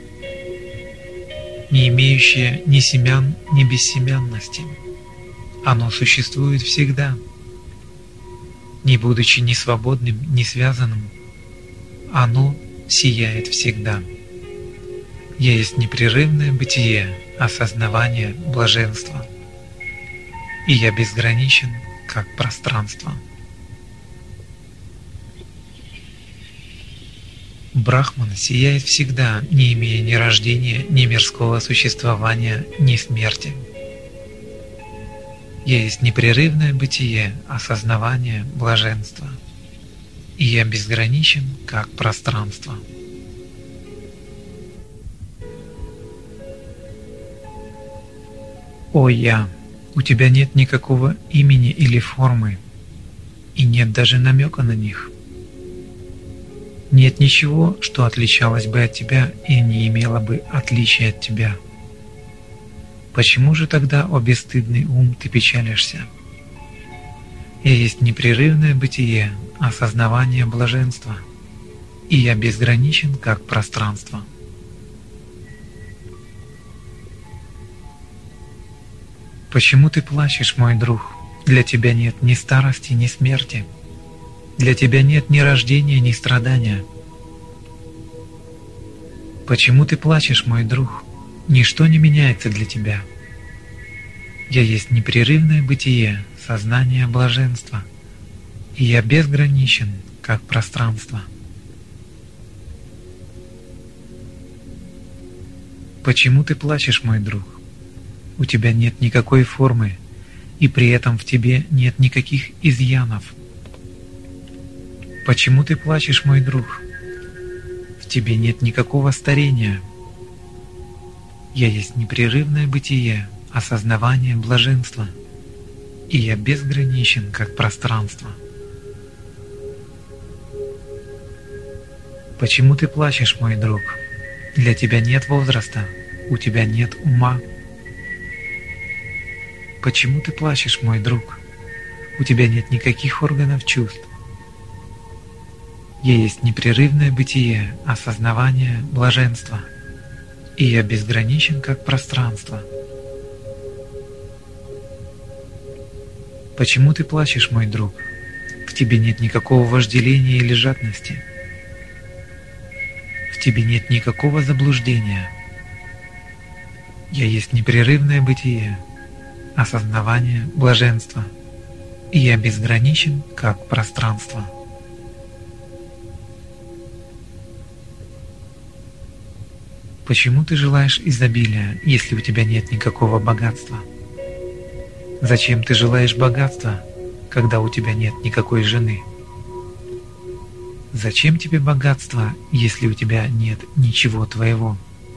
не имеющее ни семян, ни бессемянности. Оно существует всегда, не будучи ни свободным, ни связанным. Оно сияет всегда. Я есть непрерывное бытие, осознавание блаженства, и я безграничен, как пространство. Брахман сияет всегда, не имея ни рождения, ни мирского существования, ни смерти. Я есть непрерывное бытие, осознавание блаженства, и я безграничен, как пространство. О Я, у тебя нет никакого имени или формы, и нет даже намека на них. Нет ничего, что отличалось бы от тебя и не имело бы отличия от тебя. Почему же тогда, о бесстыдный ум, ты печалишься? Я есть непрерывное бытие, осознавание блаженства, и я безграничен, как пространство. Почему ты плачешь, мой друг? Для тебя нет ни старости, ни смерти. Для тебя нет ни рождения, ни страдания. Почему ты плачешь, мой друг? Ничто не меняется для тебя. Я есть непрерывное бытие, сознание блаженства, и я безграничен, как пространство. Почему ты плачешь, мой друг? У тебя нет никакой формы, и при этом в тебе нет никаких изъянов. Почему ты плачешь, мой друг? В тебе нет никакого старения. Я есть непрерывное бытие, осознавание блаженства, и я безграничен, как пространство. Почему ты плачешь, мой друг? Для тебя нет возраста, у тебя нет ума. Почему ты плачешь, мой друг? У тебя нет никаких органов чувств. Я есть непрерывное бытие, осознавание, блаженство, и я безграничен как пространство. Почему ты плачешь, мой друг? В тебе нет никакого вожделения или жадности. В тебе нет никакого заблуждения. Я есть непрерывное бытие, осознавание, блаженство, и я безграничен как пространство. Почему ты желаешь изобилия, если у тебя нет никакого богатства? Зачем ты желаешь богатства, когда у тебя нет никакой жены? Зачем тебе богатство, если у тебя нет ничего твоего?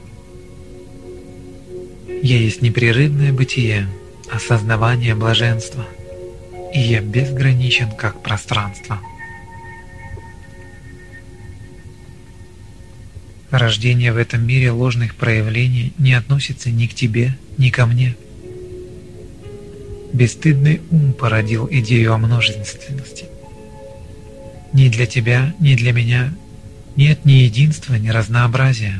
Я есть непрерывное бытие, осознавание блаженства, и я безграничен как пространство. Рождение в этом мире ложных проявлений не относится ни к тебе, ни ко мне. Бесстыдный ум породил идею о множественности. Ни для тебя, ни для меня нет ни единства, ни разнообразия.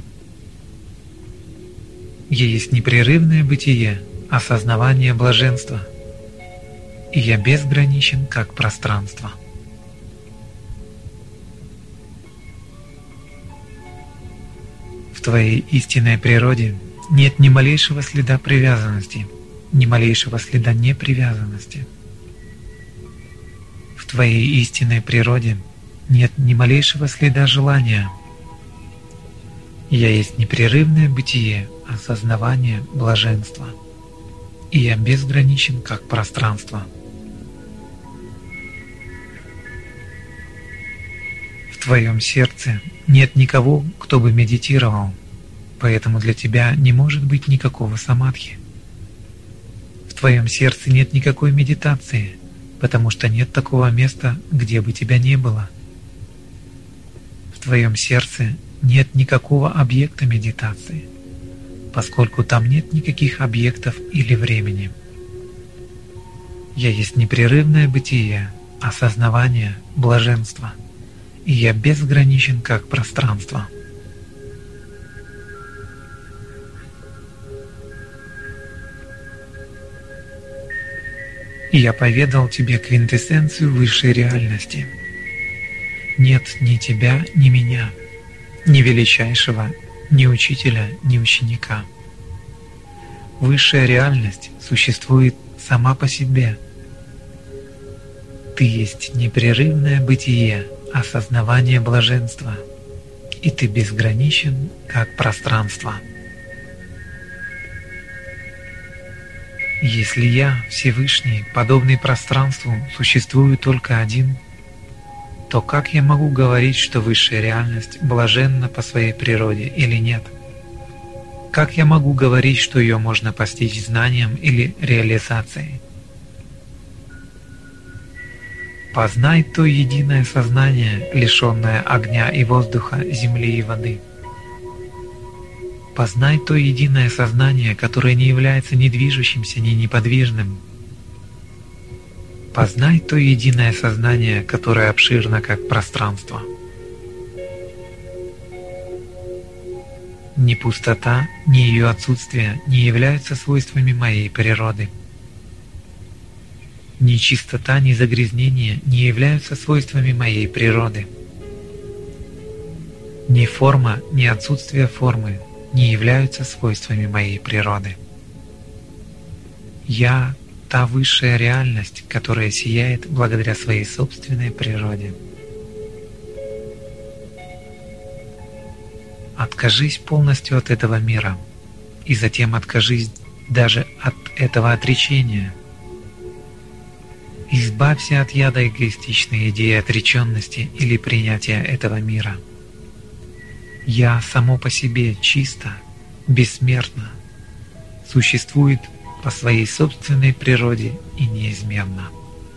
Я есть непрерывное бытие, осознавание блаженства, и я безграничен как пространство. В твоей истинной природе нет ни малейшего следа привязанности, ни малейшего следа непривязанности. В твоей истинной природе нет ни малейшего следа желания. Я есть непрерывное бытие, осознавание блаженства, и я безграничен как пространство. В твоем сердце нет никого, кто бы медитировал, поэтому для тебя не может быть никакого самадхи. В твоем сердце нет никакой медитации, потому что нет такого места, где бы тебя не было. В твоем сердце нет никакого объекта медитации, поскольку там нет никаких объектов или времени. Я есть непрерывное бытие, осознавание, блаженство, и я безграничен как пространство. И я поведал тебе квинтэссенцию высшей реальности. Нет ни тебя, ни меня, ни величайшего, ни учителя, ни ученика. Высшая реальность существует сама по себе. Ты есть непрерывное бытие, осознавание блаженства, и ты безграничен, как пространство. Если я, Всевышний, подобный пространству, существую только один, то как я могу говорить, что высшая реальность блаженна по своей природе или нет? Как я могу говорить, что ее можно постичь знанием или реализацией? Познай то единое сознание, лишенное огня и воздуха, земли и воды. Познай то единое сознание, которое не является ни движущимся, ни неподвижным. Познай то единое сознание, которое обширно как пространство. Ни пустота, ни ее отсутствие не являются свойствами моей природы. Ни чистота, ни загрязнение не являются свойствами моей природы. Ни форма, ни отсутствие формы не являются свойствами моей природы. Я — та высшая реальность, которая сияет благодаря своей собственной природе. Откажись полностью от этого мира, и затем откажись даже от этого отречения. Избавься от яда эгоистичной идеи отреченности или принятия этого мира. Я само по себе чисто, бессмертно, существует по своей собственной природе и неизменно.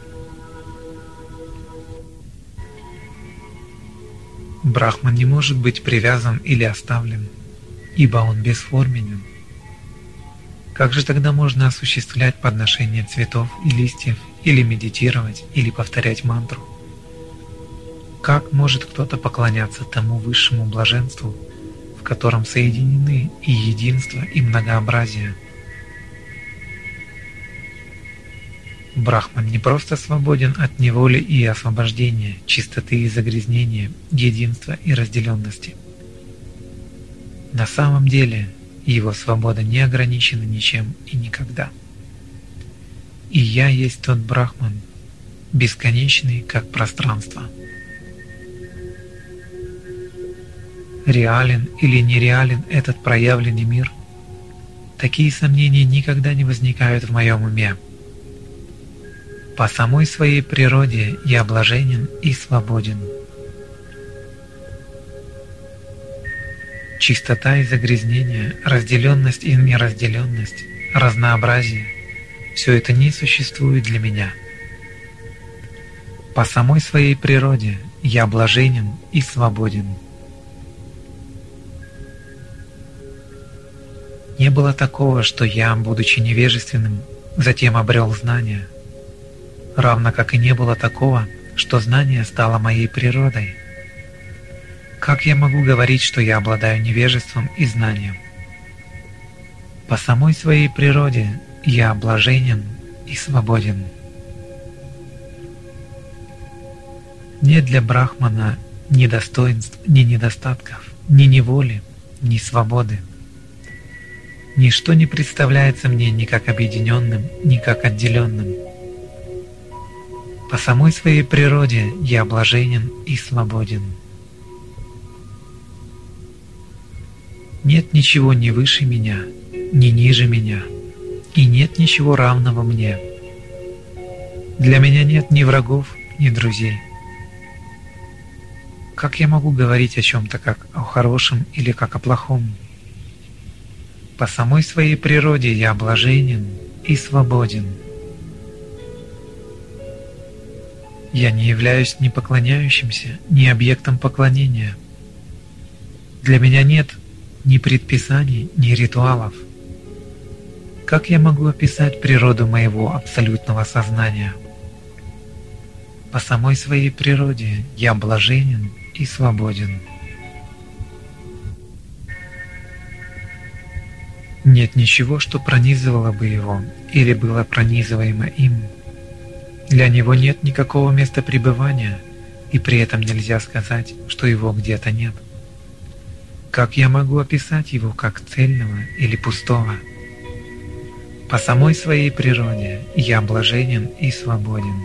Брахман не может быть привязан или оставлен, ибо он бесформенен. Как же тогда можно осуществлять подношение цветов и листьев, или медитировать, или повторять мантру? Как может кто-то поклоняться тому высшему блаженству, в котором соединены и единство, и многообразие? Брахман не просто свободен от неволи и освобождения, чистоты и загрязнения, единства и разделенности. На самом деле его свобода не ограничена ничем и никогда. И я есть тот Брахман, бесконечный как пространство. Реален или нереален этот проявленный мир? Такие сомнения никогда не возникают в моем уме. По самой своей природе я блаженен и свободен. Чистота и загрязнение, разделенность и неразделенность, разнообразие – все это не существует для меня. По самой своей природе я блаженен и свободен. Не было такого, что я, будучи невежественным, затем обрел знания, равно как и не было такого, что знание стало моей природой. Как я могу говорить, что я обладаю невежеством и знанием? По самой своей природе я блаженен и свободен. Нет для Брахмана ни достоинств, ни недостатков, ни неволи, ни свободы. Ничто не представляется мне ни как объединенным, ни как отделенным. По самой своей природе я блаженен и свободен. Нет ничего ни выше меня, ни ниже меня, и нет ничего равного мне. Для меня нет ни врагов, ни друзей. Как я могу говорить о чем-то как о хорошем или как о плохом? По самой своей природе я блаженен и свободен. Я не являюсь ни поклоняющимся, ни объектом поклонения. Для меня нет ни предписаний, ни ритуалов. Как я могу описать природу моего абсолютного сознания? По самой своей природе я блаженен и свободен. Нет ничего, что пронизывало бы его или было пронизываемо им. Для него нет никакого места пребывания, и при этом нельзя сказать, что его где-то нет. Как я могу описать его как цельного или пустого? По самой своей природе я блаженен и свободен.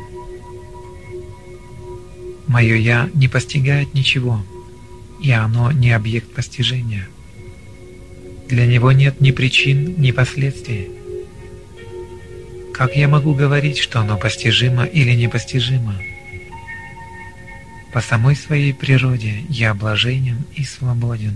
Мое «я» не постигает ничего, и оно не объект постижения. Для него нет ни причин, ни последствий. Как я могу говорить, что оно постижимо или непостижимо? По самой своей природе я блаженен и свободен.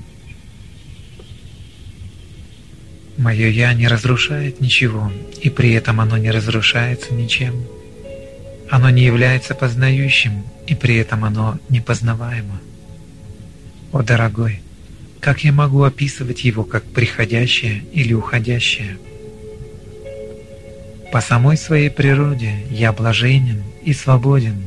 Мое «я» не разрушает ничего, и при этом оно не разрушается ничем. Оно не является познающим, и при этом оно непознаваемо. О, дорогой, как я могу описывать его как приходящее или уходящее? По самой своей природе я блаженен и свободен.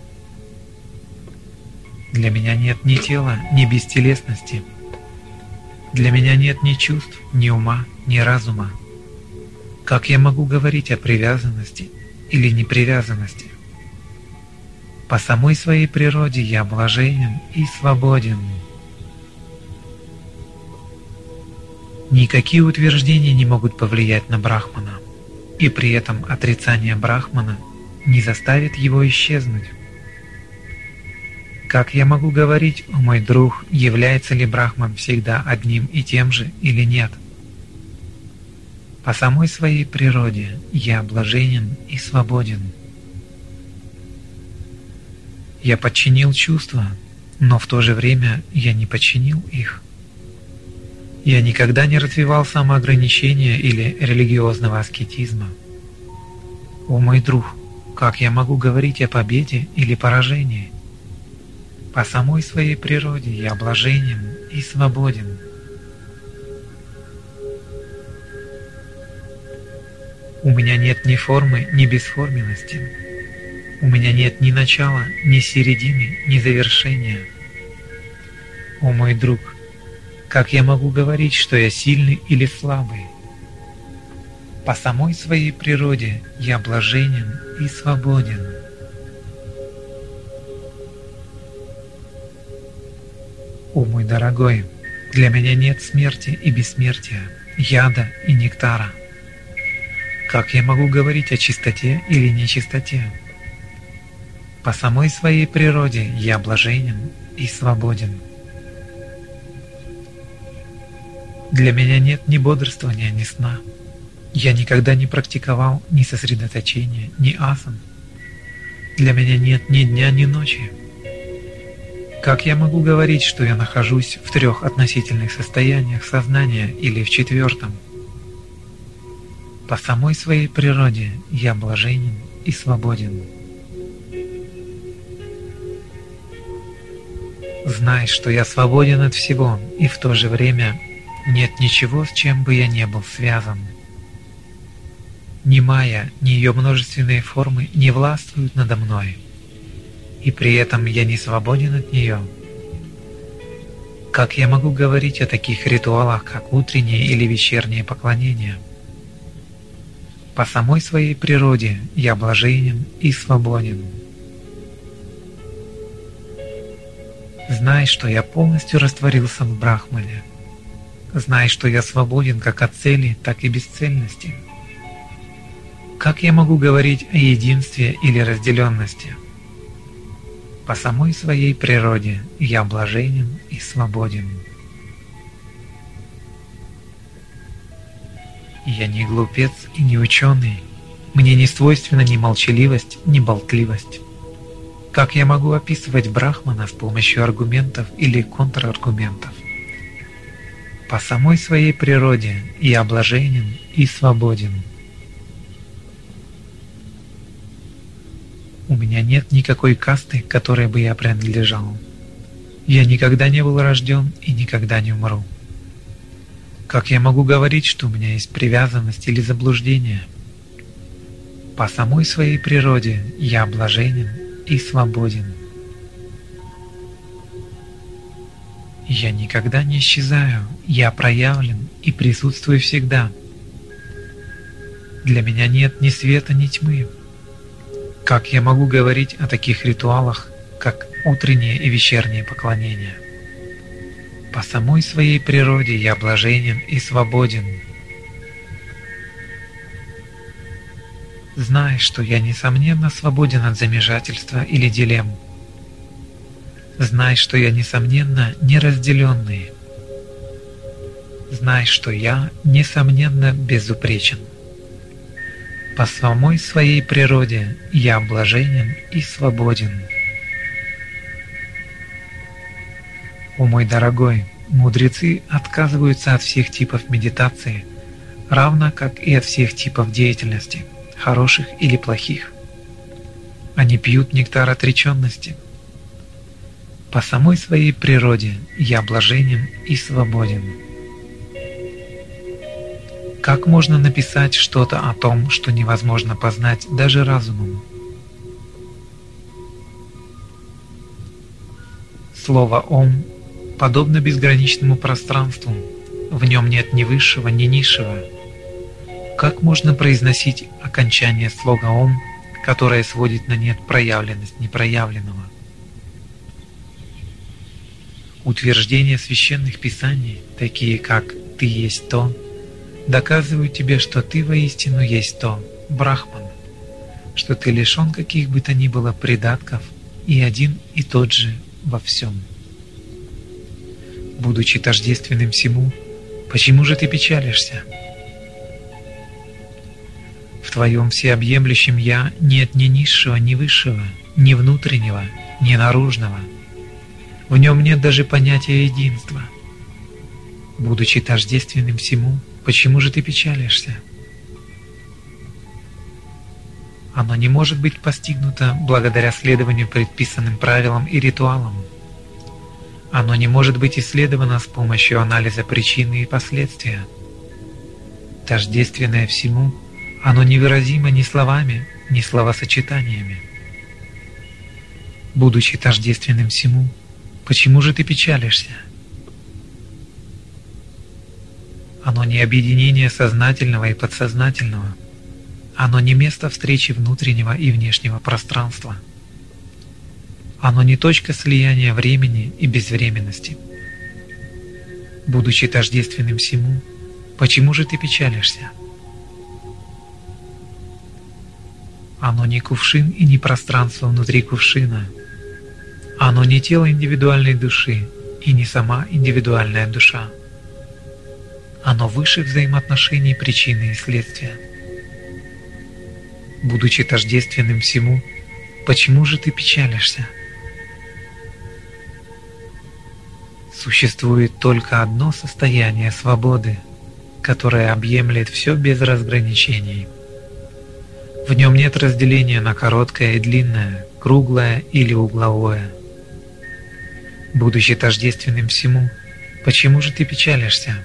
Для меня нет ни тела, ни бестелесности. Для меня нет ни чувств, ни ума, ни разума. Как я могу говорить о привязанности или непривязанности? По самой своей природе я блаженен и свободен. Никакие утверждения не могут повлиять на Брахмана, и при этом отрицание Брахмана не заставит его исчезнуть. Как я могу говорить, о мой друг, является ли Брахман всегда одним и тем же или нет? По самой своей природе я блаженен и свободен. Я подчинил чувства, но в то же время я не подчинил их. Я никогда не развивал самоограничения или религиозного аскетизма. О мой друг, как я могу говорить о победе или поражении? По самой своей природе я блаженен и свободен. У меня нет ни формы, ни бесформенности. У меня нет ни начала, ни середины, ни завершения. О мой друг, как я могу говорить, что я сильный или слабый? По самой своей природе я блаженен и свободен. О мой дорогой, для меня нет смерти и бессмертия, яда и нектара. Как я могу говорить о чистоте или нечистоте? По самой своей природе я блаженен и свободен. Для меня нет ни бодрствования, ни сна. Я никогда не практиковал ни сосредоточения, ни асан. Для меня нет ни дня, ни ночи. Как я могу говорить, что я нахожусь в трех относительных состояниях сознания или в четвертом? По самой своей природе я блаженен и свободен. Знай, что я свободен от всего, и в то же время нет ничего, с чем бы я не был связан. Ни майя, ни ее множественные формы не властвуют надо мной, и при этом я не свободен от нее. Как я могу говорить о таких ритуалах, как утреннее или вечернее поклонение? По самой своей природе я блаженен и свободен. Знай, что я полностью растворился в Брахмане. Знай, что я свободен как от цели, так и бесцельности. Как я могу говорить о единстве или разделенности? По самой своей природе я блаженен и свободен. Я не глупец и не ученый. Мне не свойственна ни молчаливость, ни болтливость. Как я могу описывать Брахмана с помощью аргументов или контраргументов? По самой своей природе я блаженен и свободен. У меня нет никакой касты, которой бы я принадлежал. Я никогда не был рожден и никогда не умру. Как я могу говорить, что у меня есть привязанность или заблуждение? По самой своей природе я блаженен и свободен. Я никогда не исчезаю, я проявлен и присутствую всегда. Для меня нет ни света, ни тьмы. Как я могу говорить о таких ритуалах, как утреннее и вечернее поклонение? По самой своей природе я блаженен и свободен. Знай, что я несомненно свободен от замешательства или дилемм. Знай, что я несомненно неразделенный. Знай, что я несомненно безупречен. По самой своей природе я блаженен и свободен. О мой дорогой, мудрецы отказываются от всех типов медитации, равно как и от всех типов деятельности, хороших или плохих. Они пьют нектар отреченности. По самой своей природе я блаженен и свободен. Как можно написать что-то о том, что невозможно познать даже разумом? Слово «Ом» подобно безграничному пространству, в нем нет ни высшего, ни низшего. Как можно произносить окончание слога «Ом», которое сводит на нет проявленность непроявленного? Утверждения священных писаний, такие как «Ты есть то», доказывают тебе, что ты воистину есть то, Брахман, что ты лишен каких бы то ни было придатков и один и тот же во всем. Будучи тождественным всему, почему же ты печалишься? В твоем всеобъемлющем «Я» нет ни низшего, ни высшего, ни внутреннего, ни наружного. В нем нет даже понятия единства. Будучи тождественным всему, почему же ты печалишься? Оно не может быть постигнуто благодаря следованию предписанным правилам и ритуалам. Оно не может быть исследовано с помощью анализа причины и последствия. Тождественное всему, оно невыразимо ни словами, ни словосочетаниями. Будучи тождественным всему, почему же ты печалишься? Оно не объединение сознательного и подсознательного. Оно не место встречи внутреннего и внешнего пространства. Оно не точка слияния времени и безвременности. Будучи тождественным всему, почему же ты печалишься? Оно не кувшин и не пространство внутри кувшина. Оно не тело индивидуальной души и не сама индивидуальная душа. Оно выше взаимоотношений причины и следствия. Будучи тождественным всему, почему же ты печалишься? Существует только одно состояние свободы, которое объемлет все без разграничений. В нем нет разделения на короткое и длинное, круглое или угловое. Будучи тождественным всему, почему же ты печалишься?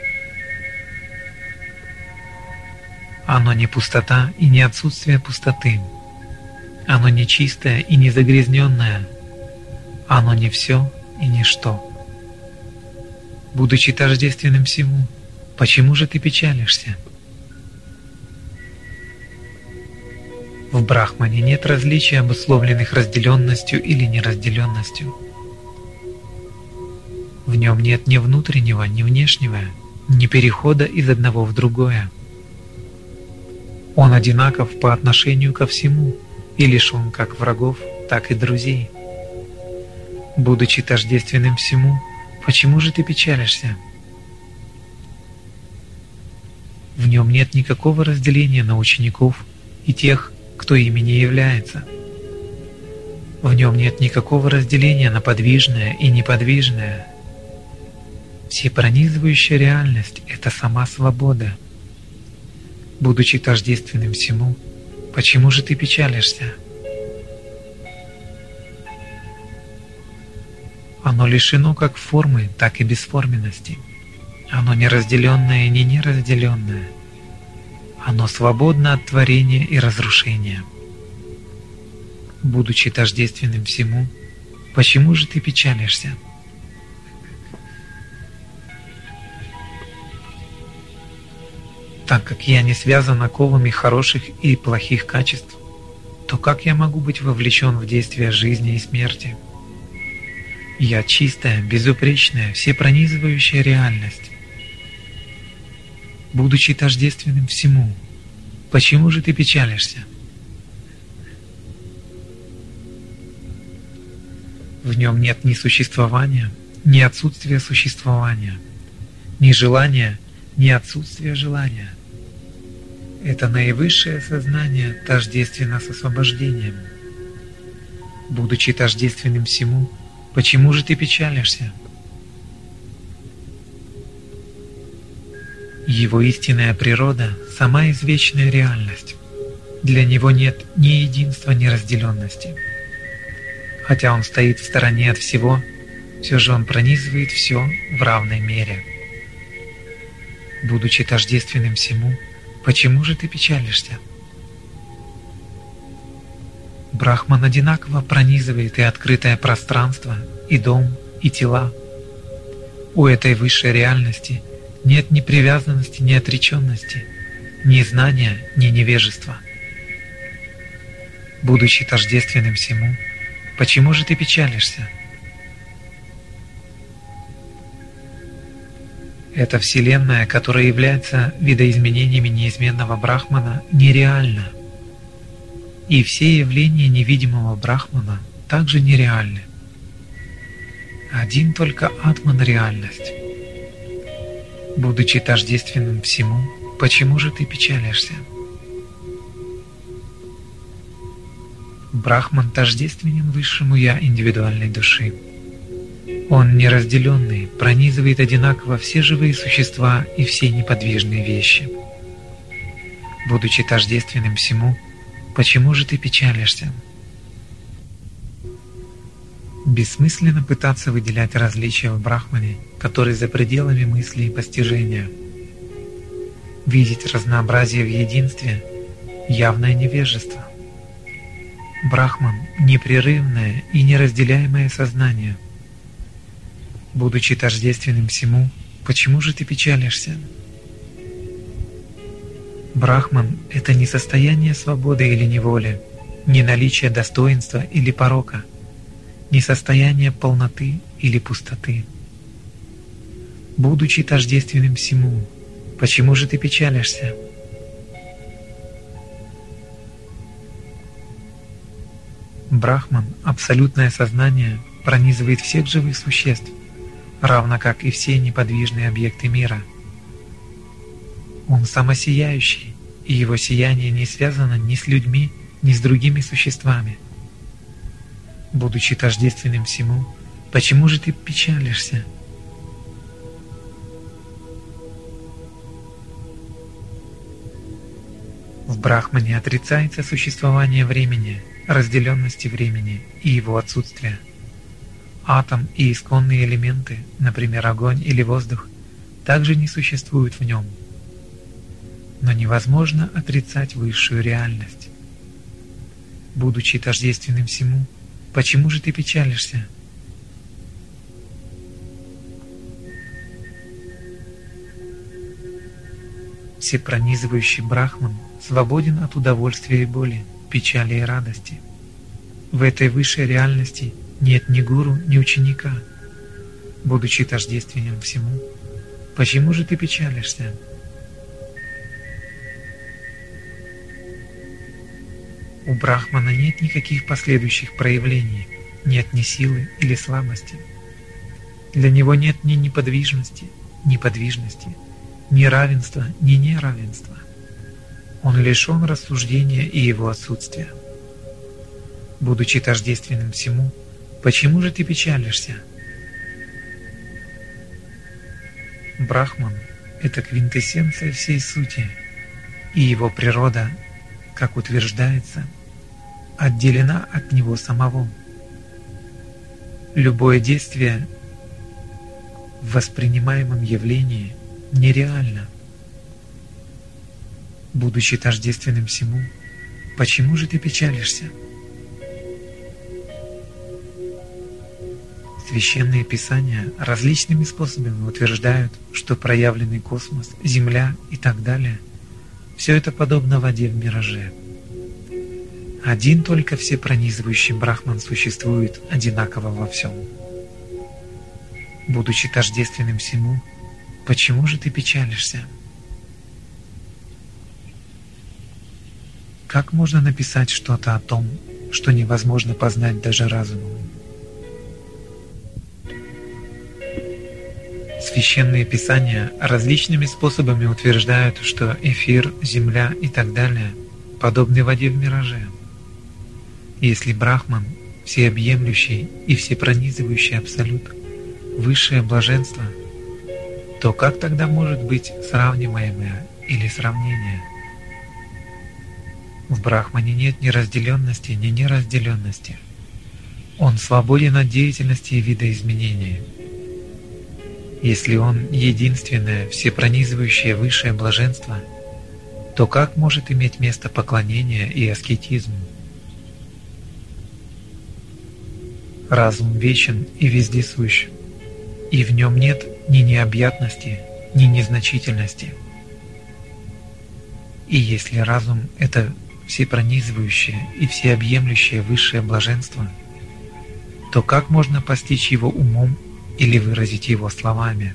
Оно не пустота и не отсутствие пустоты. Оно не чистое и не загрязненное. Оно не все и ничто. Будучи тождественным всему, почему же ты печалишься? В Брахмане нет различий, обусловленных разделенностью или неразделенностью. В нем нет ни внутреннего, ни внешнего, ни перехода из одного в другое. Он одинаков по отношению ко всему и лишен как врагов, так и друзей. Будучи тождественным всему, почему же ты печалишься? В нем нет никакого разделения на учеников и тех, кто ими не является. В нем нет никакого разделения на подвижное и неподвижное. Всепронизывающая реальность – это сама свобода. Будучи тождественным всему, почему же ты печалишься? Оно лишено как формы, так и бесформенности. Оно не разделенное и не неразделенное. Оно свободно от творения и разрушения. Будучи тождественным всему, почему же ты печалишься? Так как я не связан оковами хороших и плохих качеств, то как я могу быть вовлечен в действия жизни и смерти? Я чистая, безупречная, всепронизывающая реальность. Будучи тождественным всему, почему же ты печалишься? В нем нет ни существования, ни отсутствия существования, ни желания, ни отсутствия желания. Это наивысшее сознание тождественно с освобождением. Будучи тождественным всему, почему же ты печалишься? Его истинная природа – сама извечная реальность. Для него нет ни единства, ни разделенности. Хотя он стоит в стороне от всего, все же он пронизывает все в равной мере. Будучи тождественным всему, почему же ты печалишься? Брахман одинаково пронизывает и открытое пространство, и дом, и тела. У этой высшей реальности нет ни привязанности, ни отреченности, ни знания, ни невежества. Будучи тождественным всему, почему же ты печалишься? Эта Вселенная, которая является видоизменениями неизменного Брахмана, нереальна. И все явления невидимого Брахмана также нереальны. Один только Атман – реальность. Будучи тождественным всему, почему же ты печалишься? Брахман тождественен высшему Я индивидуальной души. Он неразделенный, пронизывает одинаково все живые существа и все неподвижные вещи. Будучи тождественным всему, почему же ты печалишься? Бессмысленно пытаться выделять различия в Брахмане, который за пределами мысли и постижения. Видеть разнообразие в единстве – явное невежество. Брахман – непрерывное и неразделяемое сознание. Будучи тождественным всему, почему же ты печалишься? Брахман – это не состояние свободы или неволи, не наличие достоинства или порока, не состояние полноты или пустоты. Будучи тождественным всему, почему же ты печалишься? Брахман, абсолютное сознание, пронизывает всех живых существ, равно как и все неподвижные объекты мира. Он самосияющий, и его сияние не связано ни с людьми, ни с другими существами. Будучи тождественным всему, почему же ты печалишься? В Брахмане отрицается существование времени, разделенности времени и его отсутствия. Атом и исконные элементы, например, огонь или воздух, также не существуют в нем. Но невозможно отрицать высшую реальность. Будучи тождественным всему, почему же ты печалишься? Всепронизывающий Брахман свободен от удовольствия и боли, печали и радости. В этой высшей реальности нет ни гуру, ни ученика. Будучи тождественным всему, почему же ты печалишься? У Брахмана нет никаких последующих проявлений, нет ни силы или слабости. Для него нет ни неподвижности, ни подвижности, ни равенства, ни неравенства. Он лишен рассуждения и его отсутствия. Будучи тождественным всему, почему же ты печалишься? Брахман – это квинтэссенция всей сути, и его природа, как утверждается, отделена от него самого. Любое действие в воспринимаемом явлении нереально. Будучи тождественным всему, почему же ты печалишься? Священные Писания различными способами утверждают, что проявленный космос, Земля и так далее – все это подобно воде в мираже. Один только всепронизывающий Брахман существует одинаково во всем. Будучи тождественным всему, почему же ты печалишься? Как можно написать что-то о том, что невозможно познать даже разумом? Священные Писания различными способами утверждают, что эфир, земля и так далее подобны воде в мираже. Если Брахман, всеобъемлющий и всепронизывающий Абсолют, высшее блаженство, то как тогда может быть сравниваемое или сравнение? В Брахмане нет ни разделенности, ни неразделенности. Он свободен от деятельности и видоизменения. Если он единственное, всепронизывающее высшее блаженство, то как может иметь место поклонение и аскетизм? Разум вечен и вездесущ, и в нем нет ни необъятности, ни незначительности. И если разум – это всепронизывающее и всеобъемлющее высшее блаженство, то как можно постичь его умом или выразить его словами?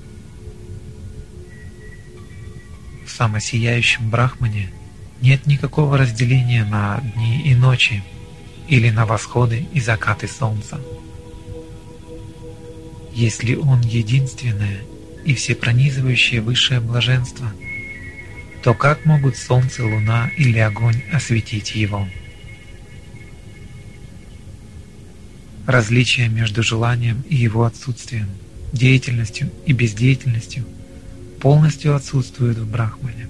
В самосияющем Брахмане нет никакого разделения на дни и ночи или на восходы и закаты солнца. Если он единственное и всепронизывающее высшее блаженство, то как могут солнце, луна или огонь осветить его? Различие между желанием и его отсутствием, деятельностью и бездеятельностью полностью отсутствует в Брахмане.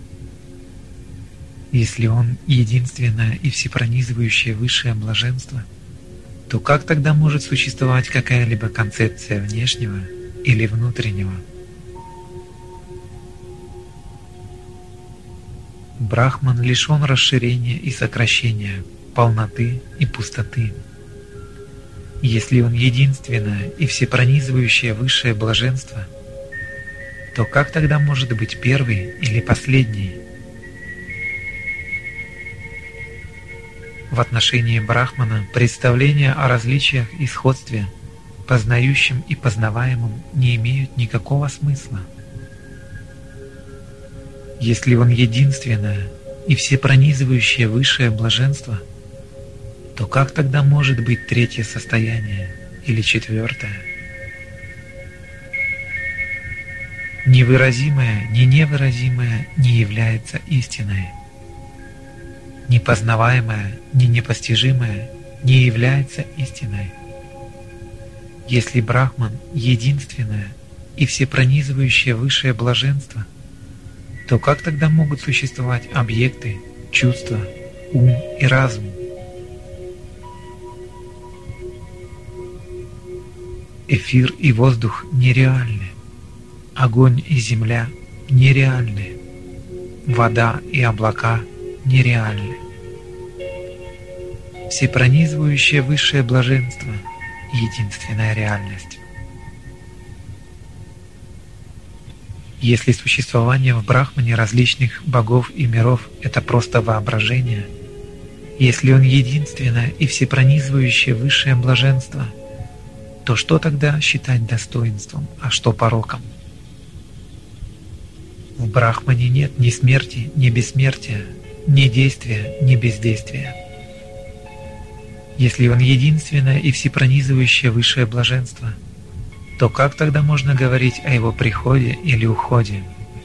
Если он единственное и всепронизывающее высшее блаженство, то как тогда может существовать какая-либо концепция внешнего или внутреннего? Брахман лишен расширения и сокращения, полноты и пустоты. Если Он единственное и всепронизывающее высшее блаженство, то как тогда может быть первый или последний? В отношении Брахмана представления о различиях и сходстве, познающем и познаваемом, не имеют никакого смысла. Если Он единственное и всепронизывающее высшее блаженство, то как тогда может быть третье состояние или четвертое? Невыразимое, ни невыразимое не является истиной. Непознаваемое, ни непостижимое не является истиной. Если Брахман единственное и всепронизывающее высшее блаженство, то как тогда могут существовать объекты, чувства, ум и разум? Эфир и воздух нереальны, огонь и земля нереальны, вода и облака нереальны. Всепронизывающее высшее блаженство – единственная реальность. Если существование в Брахмане различных богов и миров – это просто воображение, если Он единственное и всепронизывающее высшее блаженство, то что тогда считать достоинством, а что пороком? В Брахмане нет ни смерти, ни бессмертия, ни действия, ни бездействия. Если Он единственное и всепронизывающее высшее блаженство, то как тогда можно говорить о Его приходе или уходе?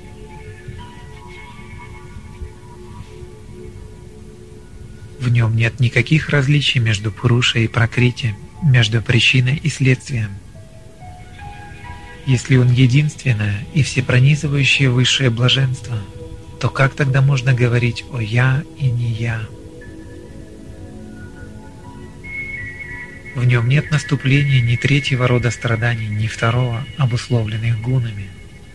В Нем нет никаких различий между Пурушей и Пракрити, между причиной и следствием. Если Он единственное и всепронизывающее высшее блаженство, то как тогда можно говорить о «я» и «не я»? В Нем нет наступления ни третьего рода страданий, ни второго, обусловленных гунами.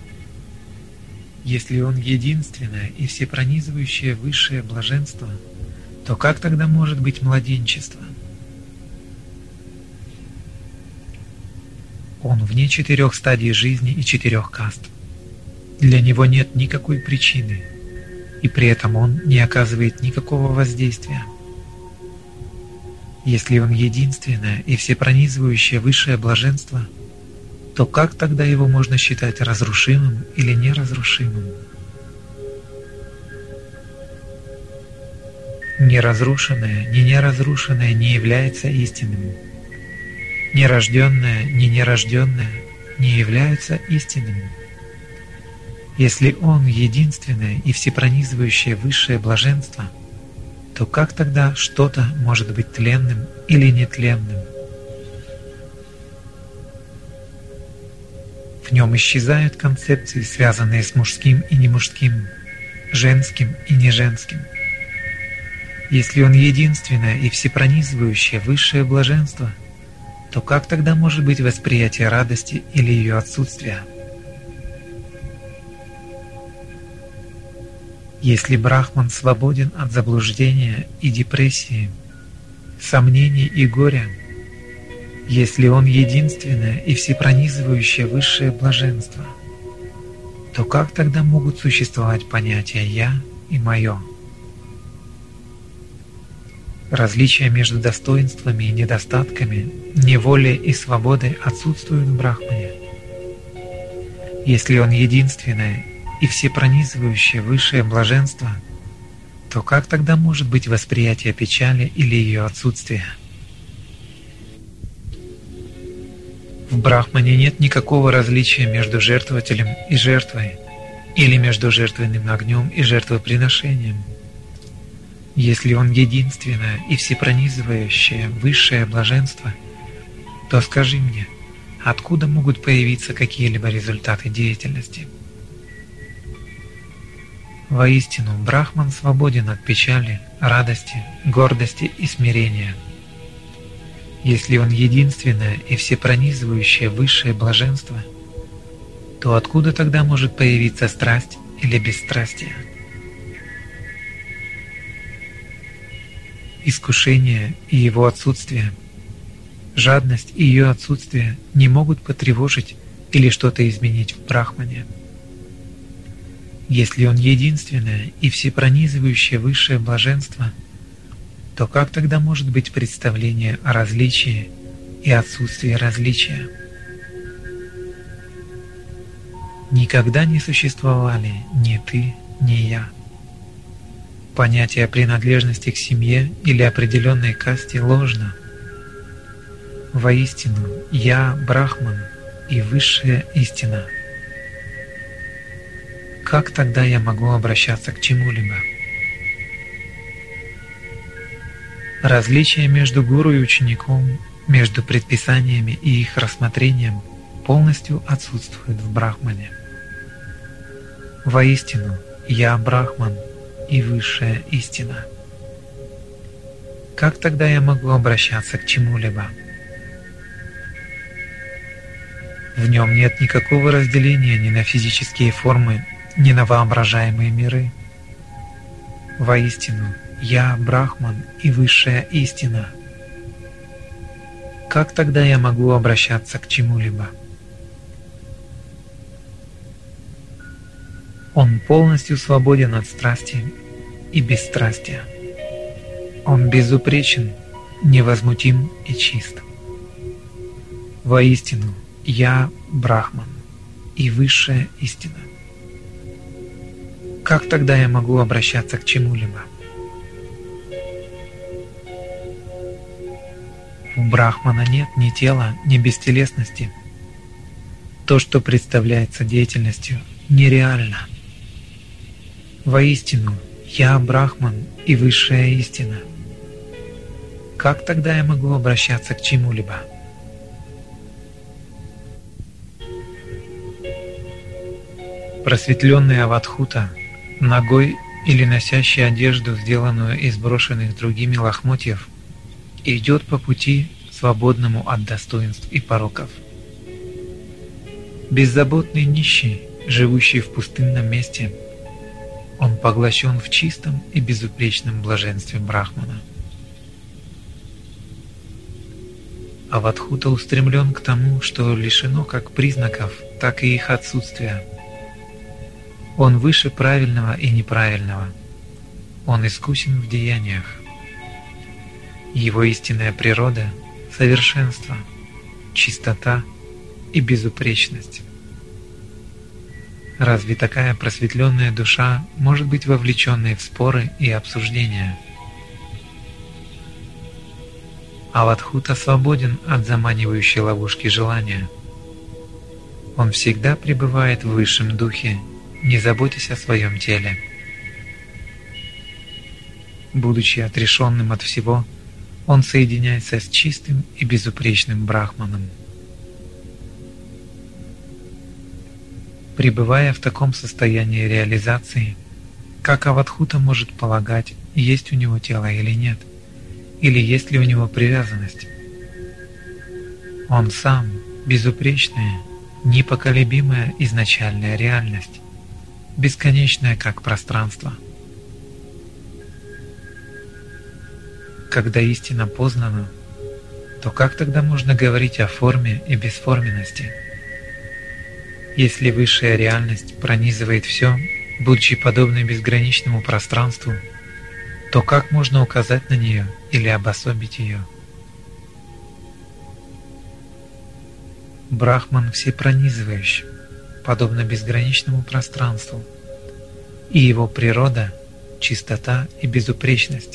Если Он единственное и всепронизывающее высшее блаженство, то как тогда может быть младенчество? Он вне четырех стадий жизни и четырех каст. Для Него нет никакой причины, и при этом Он не оказывает никакого воздействия. Если Он единственное и всепронизывающее высшее блаженство, то как тогда Его можно считать разрушимым или неразрушимым? Неразрушенное, ни неразрушенное не является истинным. Нерожденное, ни нерожденное не являются истинными. Если Он единственное и всепронизывающее высшее блаженство, то как тогда что-то может быть тленным или нетленным? В Нем исчезают концепции, связанные с мужским и немужским, женским и неженским. Если Он единственное и всепронизывающее высшее блаженство, то как тогда может быть восприятие радости или ее отсутствия? Если Брахман свободен от заблуждения и депрессии, сомнений и горя, если Он единственное и всепронизывающее высшее блаженство, то как тогда могут существовать понятия «я» и «моё»? Различия между достоинствами и недостатками, неволей и свободой отсутствуют в Брахмане. Если Он единственное и всепронизывающее высшее блаженство, то как тогда может быть восприятие печали или ее отсутствие? В Брахмане нет никакого различия между жертвователем и жертвой, или между жертвенным огнем и жертвоприношением. Если Он единственное и всепронизывающее высшее блаженство, то скажи мне, откуда могут появиться какие-либо результаты деятельности? Воистину, Брахман свободен от печали, радости, гордости и смирения. Если Он единственное и всепронизывающее высшее блаженство, то откуда тогда может появиться страсть или бесстрастие? искушение и его отсутствие, жадность и ее отсутствие не могут потревожить или что-то изменить в Брахмане. Если он единственное и всепронизывающее высшее блаженство, то как тогда может быть представление о различии и отсутствии различия? Никогда не существовали ни ты, ни я. Понятие принадлежности к семье или определенной касте ложно. Воистину, я Брахман и высшая истина. Как тогда я могу обращаться к чему-либо? Различие между гуру и учеником, между предписаниями и их рассмотрением полностью отсутствует в Брахмане. Воистину, я Брахман и высшая истина. Как тогда я могу обращаться к чему-либо? В нем нет никакого разделения ни на физические формы, ни на воображаемые миры. Воистину, я Брахман и высшая истина. Как тогда я могу обращаться к чему-либо? Он полностью свободен от страсти и бесстрастия. Он безупречен, невозмутим и чист. Воистину, я Брахман и высшая истина. Как тогда я могу обращаться к чему-либо? У Брахмана нет ни тела, ни бестелесности. То, что представляется деятельностью, нереально. Воистину, я Брахман и высшая истина. Как тогда я могу обращаться к чему-либо? Просветленный Авадхута, ногой или носящий одежду, сделанную из брошенных другими лохмотьев, идет по пути, свободному от достоинств и пороков. Беззаботный нищий, живущий в пустынном месте, он поглощен в чистом и безупречном блаженстве Брахмана. Авадхута устремлен к тому, что лишено как признаков, так и их отсутствия. Он выше правильного и неправильного. Он искусен в деяниях. Его истинная природа – совершенство, чистота и безупречность. Разве такая просветленная душа может быть вовлеченной в споры и обсуждения? Авадхута свободен от заманивающей ловушки желания. Он всегда пребывает в высшем духе, не заботясь о своем теле. Будучи отрешенным от всего, он соединяется с чистым и безупречным Брахманом. Пребывая в таком состоянии реализации, как Авадхута может полагать, есть у него тело или нет, или есть ли у него привязанность? Он сам – безупречная, непоколебимая изначальная реальность, бесконечная как пространство. Когда истина познана, то как тогда можно говорить о форме и бесформенности? Если высшая реальность пронизывает все, будучи подобной безграничному пространству, то как можно указать на нее или обособить ее? Брахман всепронизывающий, подобно безграничному пространству, и его природа – чистота и безупречность.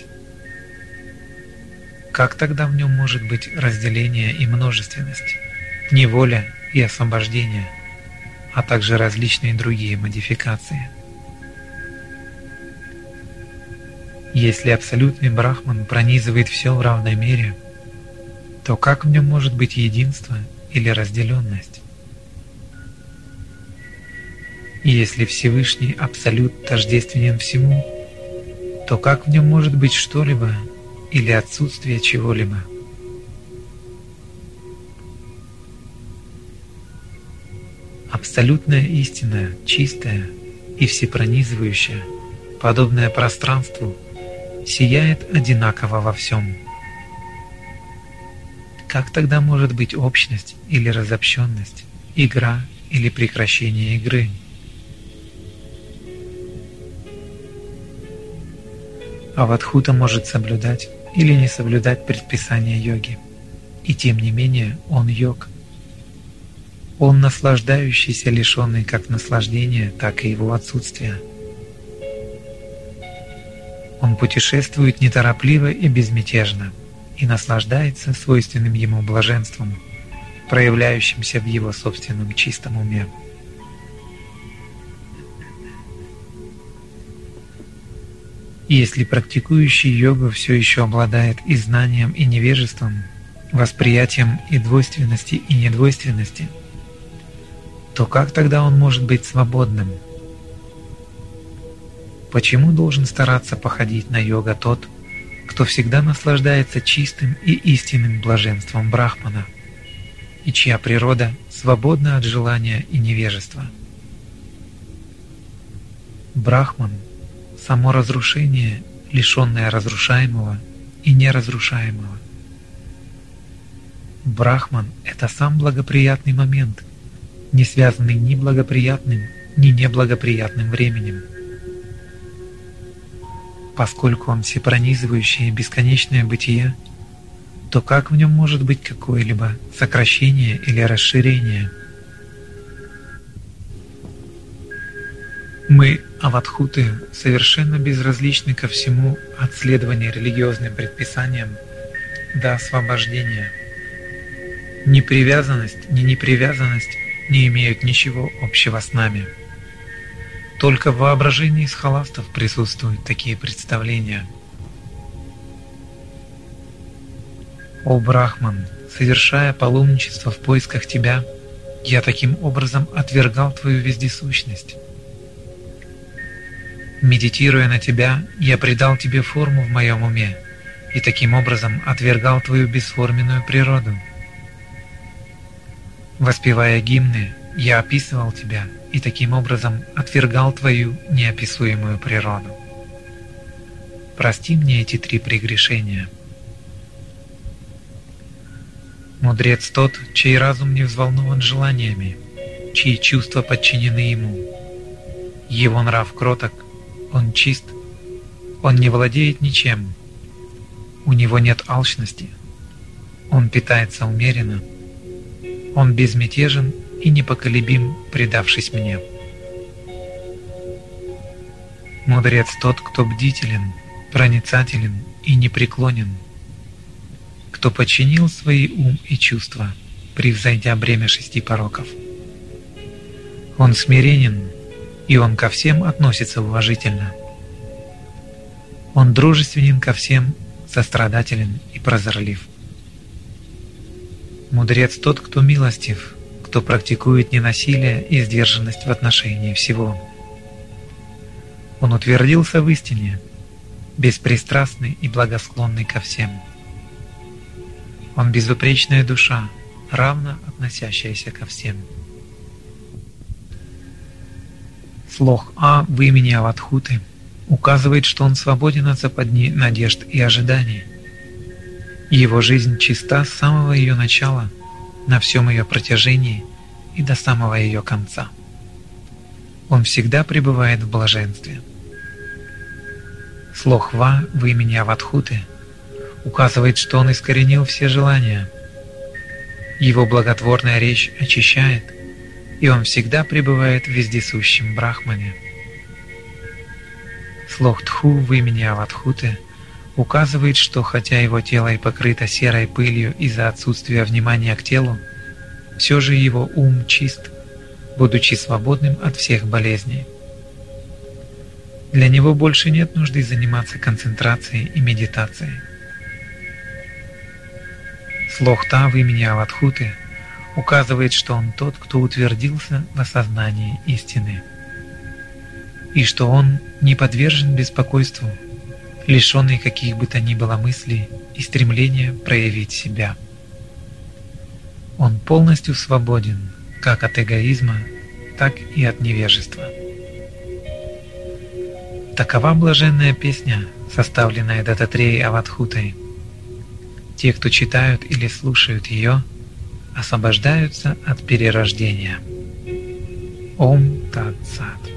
Как тогда в нем может быть разделение и множественность, неволя и освобождение, а также различные другие модификации? Если абсолютный Брахман пронизывает все в равной мере, то как в нем может быть единство или разделенность? Если Всевышний Абсолют тождественен всему, то как в нем может быть что-либо или отсутствие чего-либо? Абсолютная истина, чистая и всепронизывающая, подобная пространству, сияет одинаково во всем. Как тогда может быть общность или разобщенность, игра или прекращение игры? Аватхута может соблюдать или не соблюдать предписания йоги, и тем не менее он йог. Он наслаждающийся, лишенный как наслаждения, так и его отсутствия. Он путешествует неторопливо и безмятежно и наслаждается свойственным ему блаженством, проявляющимся в его собственном чистом уме. Если практикующий йогу все еще обладает и знанием, и невежеством, восприятием и двойственности, и недвойственности, то как тогда он может быть свободным? Почему должен стараться походить на йога тот, кто всегда наслаждается чистым и истинным блаженством Брахмана, и чья природа свободна от желания и невежества? Брахман – само разрушение, лишенное разрушаемого и неразрушаемого. Брахман – это сам благоприятный момент, не связанный ни благоприятным, ни неблагоприятным временем. Поскольку он всепронизывающее бесконечное бытие, то как в нем может быть какое-либо сокращение или расширение? Мы, аватхуты, совершенно безразличны ко всему от следования религиозным предписаниям до освобождения. Ни привязанность, ни непривязанность не имеют ничего общего с нами. Только в воображении схоластов присутствуют такие представления. О Брахман, совершая паломничество в поисках тебя, я таким образом отвергал твою вездесущность. Медитируя на тебя, я придал тебе форму в моем уме и таким образом отвергал твою бесформенную природу. Воспевая гимны, я описывал тебя и таким образом отвергал твою неописуемую природу. Прости мне эти три прегрешения. Мудрец тот, чей разум не взволнован желаниями, чьи чувства подчинены ему. Его нрав кроток, он чист, он не владеет ничем, у него нет алчности, он питается умеренно, он безмятежен и непоколебим, предавшись мне. Мудрец тот, кто бдителен, проницателен и непреклонен, кто подчинил свои ум и чувства, превзойдя бремя шести пороков. Он смиренен, и он ко всем относится уважительно. Он дружественен ко всем, сострадателен и прозорлив. Мудрец тот, кто милостив, кто практикует ненасилие и сдержанность в отношении всего. Он утвердился в истине, беспристрастный и благосклонный ко всем. Он безупречная душа, равно относящаяся ко всем. Слог А в имени Аватхуты указывает, что он свободен от западни надежд и ожиданий. Его жизнь чиста с самого ее начала, на всем ее протяжении и до самого ее конца. Он всегда пребывает в блаженстве. Слог Ва в имени Аватхуты указывает, что он искоренил все желания. Его благотворная речь очищает, и он всегда пребывает в вездесущем Брахмане. Слог Тху в имени Аватхуты указывает, что хотя его тело и покрыто серой пылью из-за отсутствия внимания к телу, все же его ум чист, будучи свободным от всех болезней. Для него больше нет нужды заниматься концентрацией и медитацией. Слог Та в имени Аватхуты указывает, что он тот, кто утвердился в осознании истины, и что он не подвержен беспокойству, лишенный каких бы то ни было мыслей и стремления проявить себя. Он полностью свободен как от эгоизма, так и от невежества. Такова блаженная песня, составленная Дататреей Аватхутой. Те, кто читают или слушают ее, освобождаются от перерождения. Ом Тат Сат.